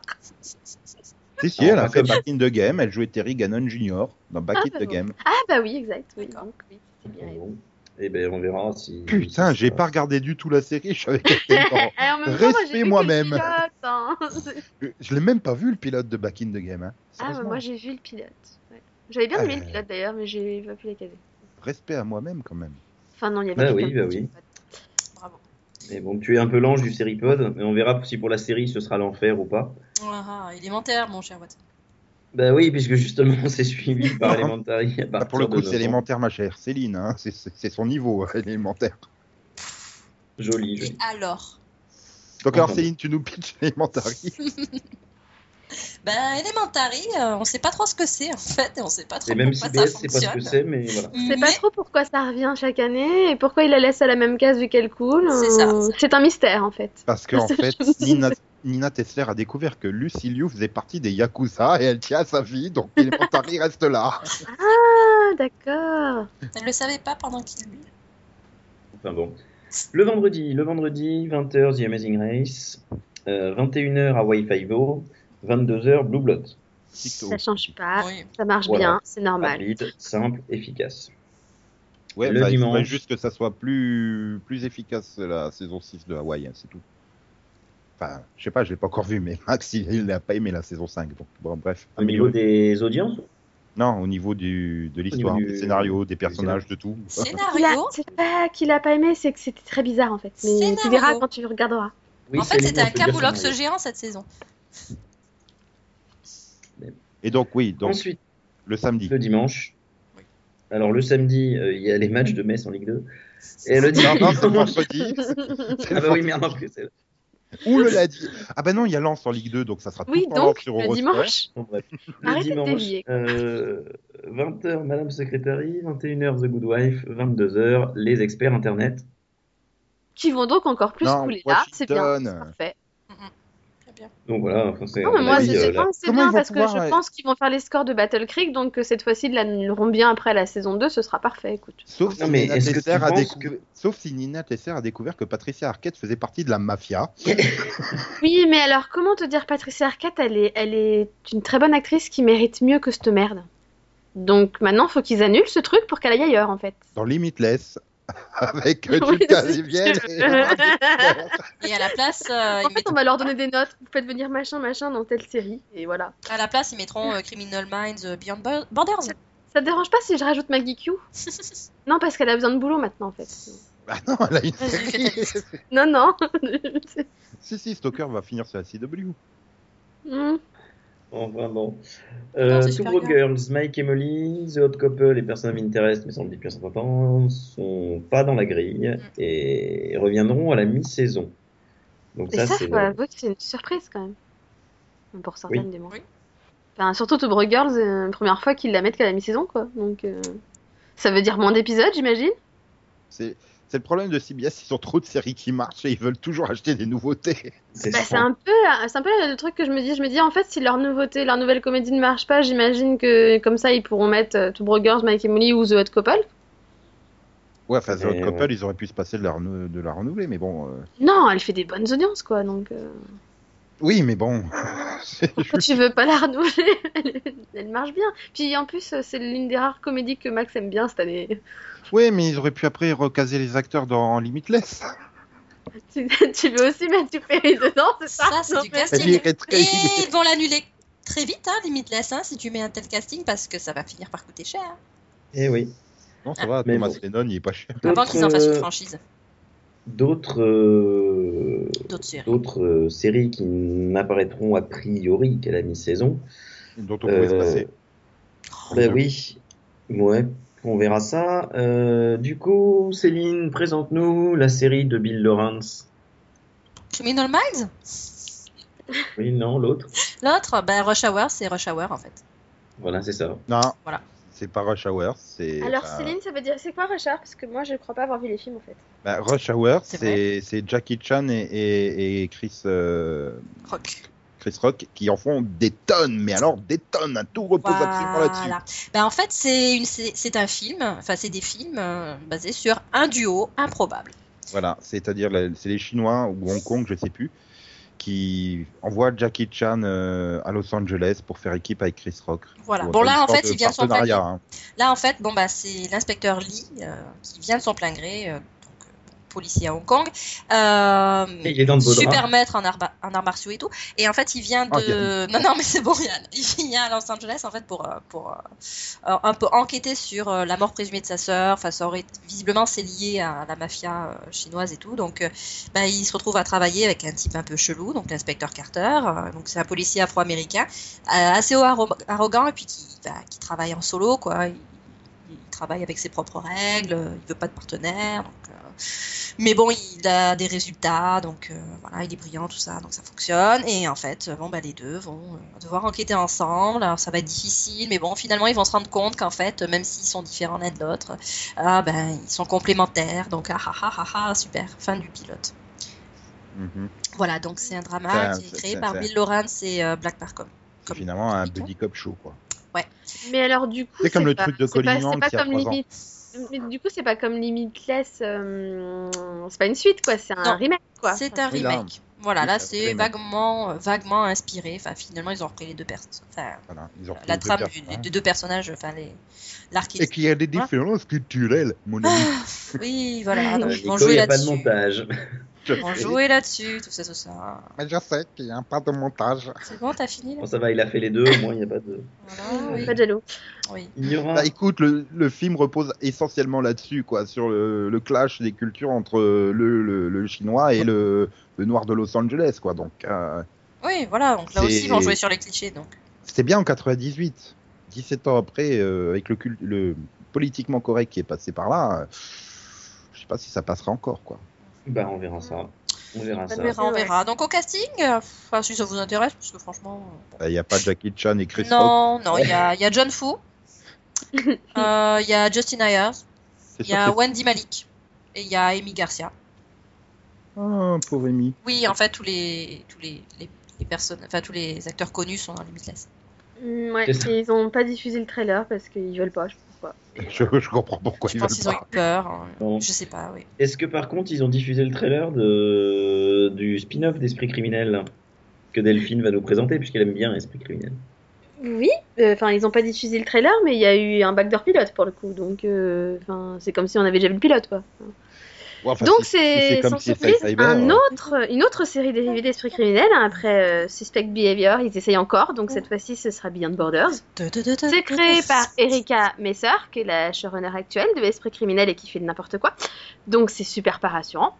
Si, elle a Enfin, fait comme- Back in the Game. Elle jouait Terry Gannon Jr. dans Back in bah the bon. Game. Ah bah oui, exact. Oui, D'accord. donc oui, c'est bien. Bon. Et ben on verra si. Putain, si j'ai ça- pas regardé du tout la série. Je savais qu'elle était dedans. Et en même temps, moi j'ai Respect vu moi-même. que le pilote. Hein. Je l'ai même pas vu le pilote de Back in the Game. Hein. Ah, bah, Sérieusement. moi j'ai vu le pilote. Ouais. J'avais bien aimé le Euh. pilote d'ailleurs, mais j'ai pas pu la caser. Respect à moi-même quand même. Enfin, non, il y avait Bah que oui, quelqu'un bah qui- oui. Bravo. Mais bon, tu es un peu l'ange du Seripod, mais on verra si pour la série ce sera l'enfer ou pas. Ah, élémentaire, mon cher Watson. Bah oui, puisque justement c'est suivi par Non. Elementary à Bah, partir pour le de coup, c'est 9 ans. élémentaire, ma chère Céline. Hein. C'est son niveau élémentaire. Joli, Et joli. alors Donc alors Enfin, Céline, tu nous pitches Elementary. Ben, Elementary, on sait pas trop ce que c'est en fait, et on sait pas trop Et même pourquoi CBS, ça c'est pas ce que fonctionne. c'est, mais voilà. Je sais Mais pas trop pourquoi ça revient chaque année et pourquoi il la laisse à la même case vu qu'elle coule. C'est ça. C'est un mystère en fait. Parce qu'en Je fait, me suis- Nina Tesler a découvert que Lucy Liu faisait partie des Yakuza et elle tient à sa vie, donc Elementary reste là. Ah, d'accord. elle le savait pas pendant qu'il lit. Enfin bon. Le vendredi, 20h, The Amazing Race. 21h, Hawaii Five-O. 22h, Blue Blood. TikTok. Ça change pas, Oui. ça marche Voilà. bien, c'est normal. Rapide, simple, efficace. Ouais, Le bah, il faudrait dimanche. juste que ça soit plus efficace la saison 6 de Hawaii, hein, c'est tout. Enfin, je sais pas, je l'ai pas encore vu, mais Max, il n'a pas aimé la saison 5. Donc, bon, bref. Au niveau des audiences, Non, au niveau de l'histoire, du- des scénarios, des du personnages, de tout. Scénario. C'est pas qu'il a pas aimé, c'est que c'était très bizarre en fait. Mais tu Scénario. verras quand tu regarderas. oui, En fait, Céline, c'était on un peut dire camoulox scénario. géant cette saison. Et donc, oui, donc Ensuite, le samedi. le dimanche. Oui. Alors, le samedi, il y a les matchs de Metz en Ligue 2. Et le Non, non, c'est le dimanche. vendredi. Ah bah oui, merde, en plus. c'est- Ou le lundi. Ah bah non, il y a Lens en Ligue 2, donc ça sera Oui, tout en Lens donc sur le Eurosport. dimanche. Bon, bref. Le Arrêtez de dimanche, dévier, quoi. 20h, Madame Secretary. 21h, The Good Wife. 22h, les experts Internet. Qui vont donc encore plus Non, couler là, c'est bien, Washington. c'est parfait. Très bien. Donc voilà, enfin, c'est. Non, à mais mon moi, avis, c'est là- c'est Comment bien ils vont parce que pouvoir, je pense qu'ils vont faire les scores de Battle Creek, donc cette fois-ci, ils l'annuleront bien après la saison 2, ce sera parfait, écoute. Sauf Non, si, mais Nina est-ce que Tesser tu a penses découvert... Sauf si Nina Tesser a découvert que Patricia Arquette faisait partie de la mafia. Oui, mais alors, comment te dire, Patricia Arquette, elle est une très bonne actrice qui mérite mieux que cette merde. Donc maintenant, faut qu'ils annulent ce truc pour qu'elle aille ailleurs, en fait. Dans Limitless, avec Oui, Jules c'est Casiviel sûr. Et à la place, En fait, on va leur donner des notes, vous faites venir machin, machin dans telle série, et voilà. ils mettront Criminal Minds Beyond Borders. Ça te dérange pas si je rajoute Maggie Q? Non, parce qu'elle a besoin de boulot maintenant, en fait. Bah non, elle a une Vas-y, série. fais ta Non, non. si, Stalker va finir sur la CW. Hmm. Enfin bon. Non, c'est Two super Broke bien. Girls, Mike et Molly, The Hot Couple, les Person of Interest, mais ça on le dit depuis un certain temps, sont pas dans la grille et reviendront à la mi-saison. Donc Et ça, ça, c'est faut avouer que c'est une surprise, quand même. Pour certaines, Oui. du moins. Oui. Enfin, surtout Two Broke Girls, première fois qu'ils la mettent qu'à la mi-saison, quoi. Donc, ça veut dire moins d'épisodes, j'imagine. C'est le problème de CBS, ils ont trop de séries qui marchent et ils veulent toujours acheter des nouveautés. c'est Bah, ça. c'est un peu le truc que je me dis. Je me dis, en fait, si leur nouveauté, leur nouvelle comédie ne marche pas, j'imagine que comme ça, ils pourront mettre Two Broke Girls, Mike et Molly ou The Hot Couple. Ouais, enfin, The Hot Et Couple, ouais. ils auraient pu se passer de la renouveler, mais bon. Non, elle fait des bonnes audiences, quoi. Donc, Oui, mais bon. Pourquoi tu veux pas la renouveler? Elle marche bien. Puis en plus, c'est l'une des rares comédies que Max aime bien cette année. Oui, mais ils auraient pu après recaser les acteurs dans Limitless. Tu veux aussi mettre du Perry dedans, c'est ça? Ça, c'est Non, du mais- casting. Elle irait très Et vite. ils vont l'annuler très vite, hein, Limitless, hein, si tu mets un tel casting, parce que ça va finir par coûter cher. Eh oui. Non, ça va, Mais Thomas bon. Lennon, il est pas cher. Avant qu'ils en fassent une D'autres, franchise. d'autres, D'autres séries. d'autres séries qui n'apparaîtront a priori qu'à la mi-saison. Dont on pouvait se passer. Ben oui, ouais, on verra ça. Du coup, Céline, présente-nous la série de Bill Lawrence. Criminal Minds. Oui, non, l'autre. L'autre, ben, Rush Hour, c'est Rush Hour, en fait. Voilà, c'est ça. Non, Voilà. c'est pas Rush Hour, c'est. Alors enfin, Céline, ça veut dire c'est quoi Richard? Parce que moi je crois pas avoir vu les films en fait. bah, Rush Hour, C'est vrai. c'est Jackie Chan et Chris Rock. Rock qui en font des tonnes, mais alors des tonnes, hein, tout repose absolument là-dessus. Voilà. Ben, en fait, c'est un film, enfin, c'est des films basés sur un duo improbable. Voilà, c'est-à-dire c'est les Chinois ou Hong Kong, je sais plus, qui envoient Jackie Chan à Los Angeles pour faire équipe avec Chris Rock. Voilà. Pour Bon, là, une en sorte fait, de il vient de son plein gré. partenariat, hein. Là, en fait, bon, bah, c'est l'inspecteur Lee qui vient de son plein gré, policier à Hong Kong. Et il est dans de beaux Super draps. maître en arts martiaux et tout. Et en fait, il vient Oh, de. Non, mais c'est bon, Yann. Il vient à Los Angeles, en fait, pour un peu enquêter sur la mort présumée de sa sœur. Enfin, visiblement, c'est lié à la mafia chinoise et tout. Donc, bah, il se retrouve à travailler avec un type un peu chelou, donc l'inspecteur Carter. Donc, c'est un policier afro-américain, assez arrogant et puis qui travaille en solo, quoi. Il travaille avec ses propres règles, il veut pas de partenaire. Donc, mais bon, il a des résultats, donc voilà, il est brillant, tout ça, donc ça fonctionne. Et en fait, bon, bah, les deux vont devoir enquêter ensemble. Alors ça va être difficile, mais bon, finalement, ils vont se rendre compte qu'en fait, même s'ils sont différents l'un de l'autre, ben, ils sont complémentaires. Donc, super, fin du pilote. Mhm. Voilà, donc c'est un drama qui est créé par Bill Lawrence et Black Markham. C'est finalement un buddy cop show, quoi. Mais alors du coup C'est comme le pas- truc de c'est pas- Colin c'est pas qui a comme 3 ans. limite. Mais du coup c'est pas comme Limitless. C'est pas une suite quoi, c'est un Non, remake quoi. C'est un Oui, là. remake. Voilà, Oui, là c'est un c'est remake. vaguement inspiré. Enfin, finalement, ils ont repris les deux personnes. Enfin, Voilà, ils ont repris la les deux trame personnages. des deux personnages, enfin l'archétype. Et qu'il y a des Voilà. différences culturelles, mon ami. Oui, voilà, donc ils Nico, vont il jouer n'y a pas de là-dessus. montage. Je Ils vont sais. jouer là-dessus, tout ça. Mais je sais qu'il n'y a pas de montage. C'est bon, t'as fini là? Bon, ça va, il a fait les deux, au moins il n'y a pas de. Voilà, oui. Pas de jaloux. Oui. Il y aura. Bah écoute, le film repose essentiellement là-dessus, quoi, sur le clash des cultures entre le chinois et le noir de Los Angeles, quoi. Donc, Oui, voilà, donc là C'est- aussi ils vont jouer sur les clichés. Donc. c'était bien en 98. 17 ans après, avec le politiquement correct qui est passé par là, je sais pas si ça passera encore, quoi. Bah, on verra ça. On verra ça. On verra. Donc au casting, enfin, si ça vous intéresse, parce que franchement. Il n'y a pas Jackie Chan et Chris Rock. Non, il y a John Fu, il y a Justin Ayers, C'est il y sûr a que Wendy Malik et il y a Amy Garcia. c'est- Ah, pauvre Amy. Oui, en fait, tous les personnes, enfin tous les acteurs connus sont dans Limitless. Ouais, C'est ça. et ils ont pas diffusé le trailer parce qu'ils veulent pas, je sais pas pourquoi. Je comprends pourquoi Je ils pense veulent qu'ils ont pas. eu peur. Bon. Je sais pas, oui. Est-ce que par contre, ils ont diffusé le trailer du spin-off d'Esprit criminel que Delphine va nous présenter, puisqu'elle aime bien Esprit criminel? Oui, enfin ils ont pas diffusé le trailer, mais il y a eu un backdoor pilote pour le coup, donc enfin c'est comme si on avait déjà vu le pilote quoi. Ouais, enfin, Donc si c'est comme sans si surprise Cyber, une autre série dérivée d'Esprit criminel après Suspect Behavior, ils essayent encore, donc cette fois-ci ce sera Beyond Borders. C'est créé par Erika Messer, qui est la showrunner actuelle de Esprit criminel et qui fait de n'importe quoi, donc c'est super pas rassurant.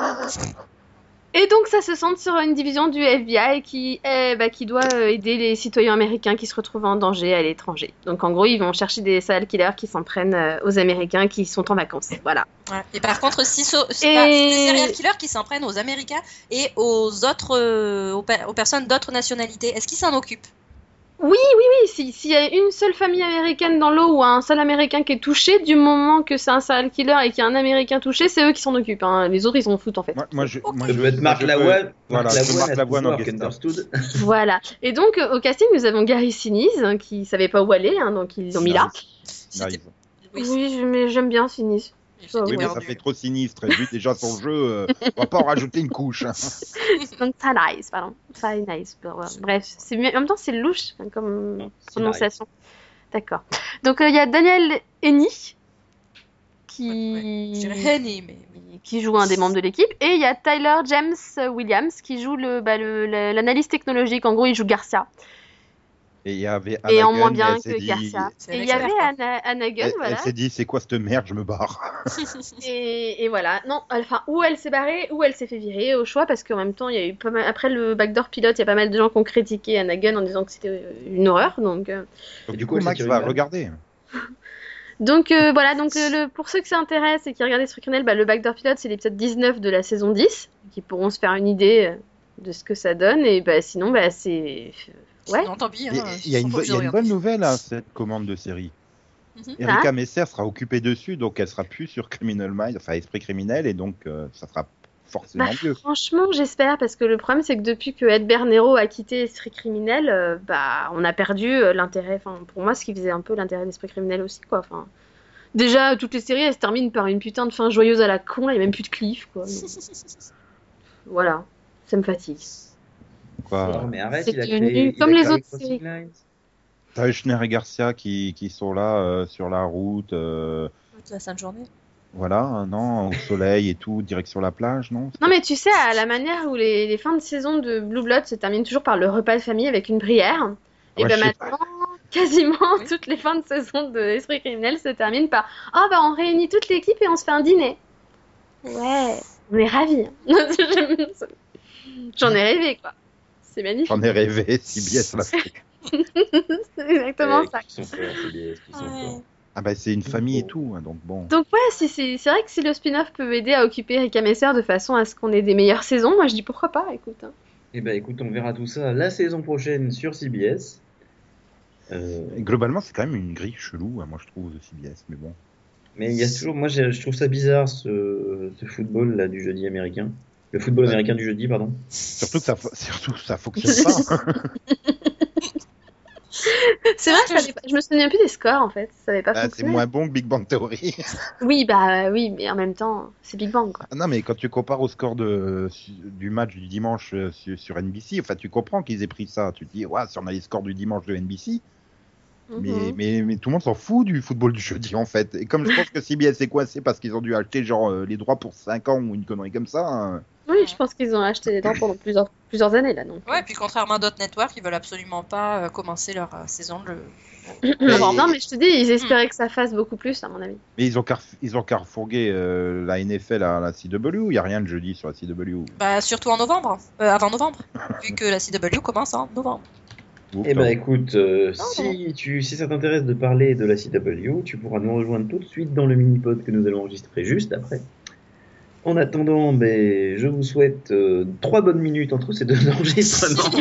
Et donc ça se centre sur une division du FBI qui doit aider les citoyens américains qui se retrouvent en danger à l'étranger. Donc en gros ils vont chercher des serial killers qui s'en prennent aux Américains qui sont en vacances. Voilà. Ouais. Et par contre, si c'est Et- des serial killers qui s'en prennent aux Américains et aux autres, aux personnes d'autres nationalités, est-ce qu'ils s'en occupent? Oui, s'il y a une seule famille américaine dans l'eau ou un seul Américain qui est touché, du moment que c'est un serial killer et qu'il y a un Américain touché, c'est eux qui s'en occupent. Hein. Les autres, ils s'en foutent en fait. Moi, Ça doit être Marc Lavoine. Voilà, Marc Lavoine en guest star. Understood. Voilà. Et donc, au casting, nous avons Gary Sinise, qui savait pas où aller, hein, donc ils l'ont mis là. Nice. Oui, Oui, mais j'aime bien Sinise. Il Oui, Oui, mais perdu. ça fait trop sinistre. Et lui, déjà, son jeu, on va pas en rajouter une couche. Hein. Donc, Nice, pardon. Nice. Bref, en même temps, c'est louche comme Non, prononciation. D'accord. Donc, il y a Daniel Eni Ouais, je dirais qui... Henny, mais qui joue un des membres de l'équipe. Et il y a Tyler James Williams qui joue l'analyse technologique. En gros, il joue Garcia. Et il y avait Et Anna en moins Gunn, et bien elle s'est que dit, Garcia. c'est Et il y l'expert, avait quoi. Anna Gunn, elle voilà. s'est dit, c'est quoi cette merde, je me barre. Et voilà. Non, enfin, ou elle s'est barrée, ou elle s'est fait virer au choix, parce qu'en même temps, il y a eu pas mal... Après le backdoor pilote, il y a pas mal de gens qui ont critiqué Anna Gunn en disant que c'était une horreur. Donc, Donc, Et du coup, Max va regarder. voilà. Donc, pour ceux que ça intéresse et qui regardent ce Criminel, le backdoor pilote, c'est l'épisode 19 de la saison 10, qui pourront se faire une idée de ce que ça donne. Et sinon, c'est... Ouais. Non, tant pis. Il y a- Hein, il y a une, faut que il je y a une regarde. bonne nouvelle à cette commande de série. Mhm. Erika Messer sera occupée dessus, donc elle sera plus sur Criminal Minds, enfin Esprit criminel, et donc ça sera forcément mieux. Franchement, j'espère, parce que le problème, c'est que depuis que Ed Bernero a quitté Esprit criminel, on a perdu l'intérêt. Enfin, pour moi, ce qui faisait un peu l'intérêt d'Esprit criminel aussi, quoi. Enfin, déjà, toutes les séries, elles se terminent par une putain de fin joyeuse à la con, il n'y a même plus de cliff, quoi. Donc, voilà, ça me fatigue. Quoi. Non, mais arrête, C'est il a devenu créé. comme il a les créé autres Crossing séries. Lines. T'as Eschner et Garcia qui sont là sur la route, Toute la sainte journée. voilà, non, au soleil et tout, direction la plage, non? Non, mais tu sais, à la manière où les fins de saison de Blue Blood se terminent toujours par le repas de famille avec une prière, et Ouais, ben je sais pas. maintenant, quasiment Oui. toutes les fins de saison de Esprit criminel se terminent par « Oh, on réunit toute l'équipe et on se fait un dîner. » Ouais, on est ravis. J'en ai rêvé, quoi. C'est magnifique. J'en ai rêvé, CBS l'a fait. C'est exactement ça. Qui sont forts, CBS, qui sont Ouais. forts. Ah bah c'est une famille et tout, hein, donc bon. Donc ouais, c'est vrai que si le spin-off peut aider à occuper Erika Messer de façon à ce qu'on ait des meilleures saisons, moi je dis pourquoi pas, écoute. Hein. Eh ben écoute, on verra tout ça la saison prochaine sur CBS. Et globalement, c'est quand même une grille chelou, hein, moi je trouve, de CBS, mais bon. Mais il y a toujours, moi je trouve ça bizarre ce football là du jeudi américain. Le football américain du jeudi, pardon. Surtout que ça fonctionne pas. Hein. C'est vrai que je me souviens plus des scores en fait, ça avait pas Ah, c'est fonctionné. moins bon que Big Bang Theory. Oui, oui, mais en même temps, c'est Big Bang quoi. Ah non, mais quand tu compares au score du match du dimanche sur NBC, enfin tu comprends qu'ils aient pris ça. Tu te dis, ouais, si on a les scores du dimanche de NBC, Mhm. mais tout le monde s'en fout du football du jeudi en fait. Et comme je pense que CBS est coincé parce qu'ils ont dû acheter genre les droits pour 5 ans ou une connerie comme ça. Hein. Oui, je pense qu'ils ont acheté les droits pendant plusieurs années là donc. Ouais, puis contrairement à d'autres networks, ils veulent absolument pas commencer leur saison de. Non, mais je te dis, ils espéraient que ça fasse beaucoup plus à mon avis. Mais ils ont carfourgué la NFL à la CW. Il n'y a rien de jeudi sur la CW. Bah, surtout en novembre, avant novembre, vu que la CW commence en novembre. Eh ben écoute, si ça t'intéresse de parler de la CW, tu pourras nous rejoindre tout de suite dans le mini-pod que nous allons enregistrer juste après. En attendant, je vous souhaite 3 bonnes minutes entre ces deux enregistrements.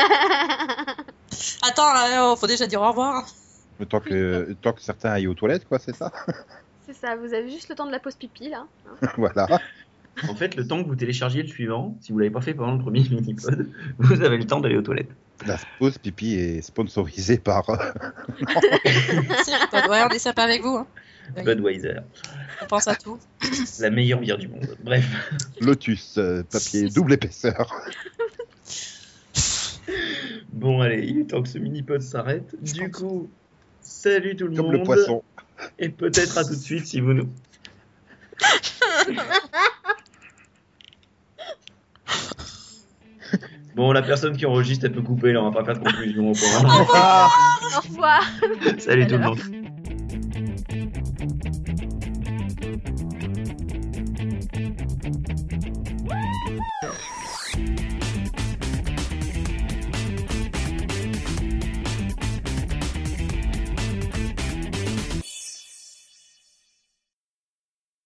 Attends, faut déjà dire au revoir. Tant que certains aillent aux toilettes, quoi, c'est ça. C'est ça, vous avez juste le temps de la pause pipi là. Voilà. En fait, le temps que vous téléchargiez le suivant, si vous l'avez pas fait pendant le premier mini-pod, vous avez le temps d'aller aux toilettes. La pause pipi est sponsorisée par. Ouais, on est sympa avec vous. Hein. Oui. Budweiser, On pense à tout. la meilleure bière du monde. Bref. Lotus, papier double épaisseur. Bon, allez, il est temps que ce mini-pod s'arrête. Du coup, salut tout le Comme monde. le poisson. Et peut-être à tout de suite si vous nous. Bon, la personne qui enregistre, elle peut couper, là, on va pas faire de conclusion. Au Au revoir. Salut tout le monde.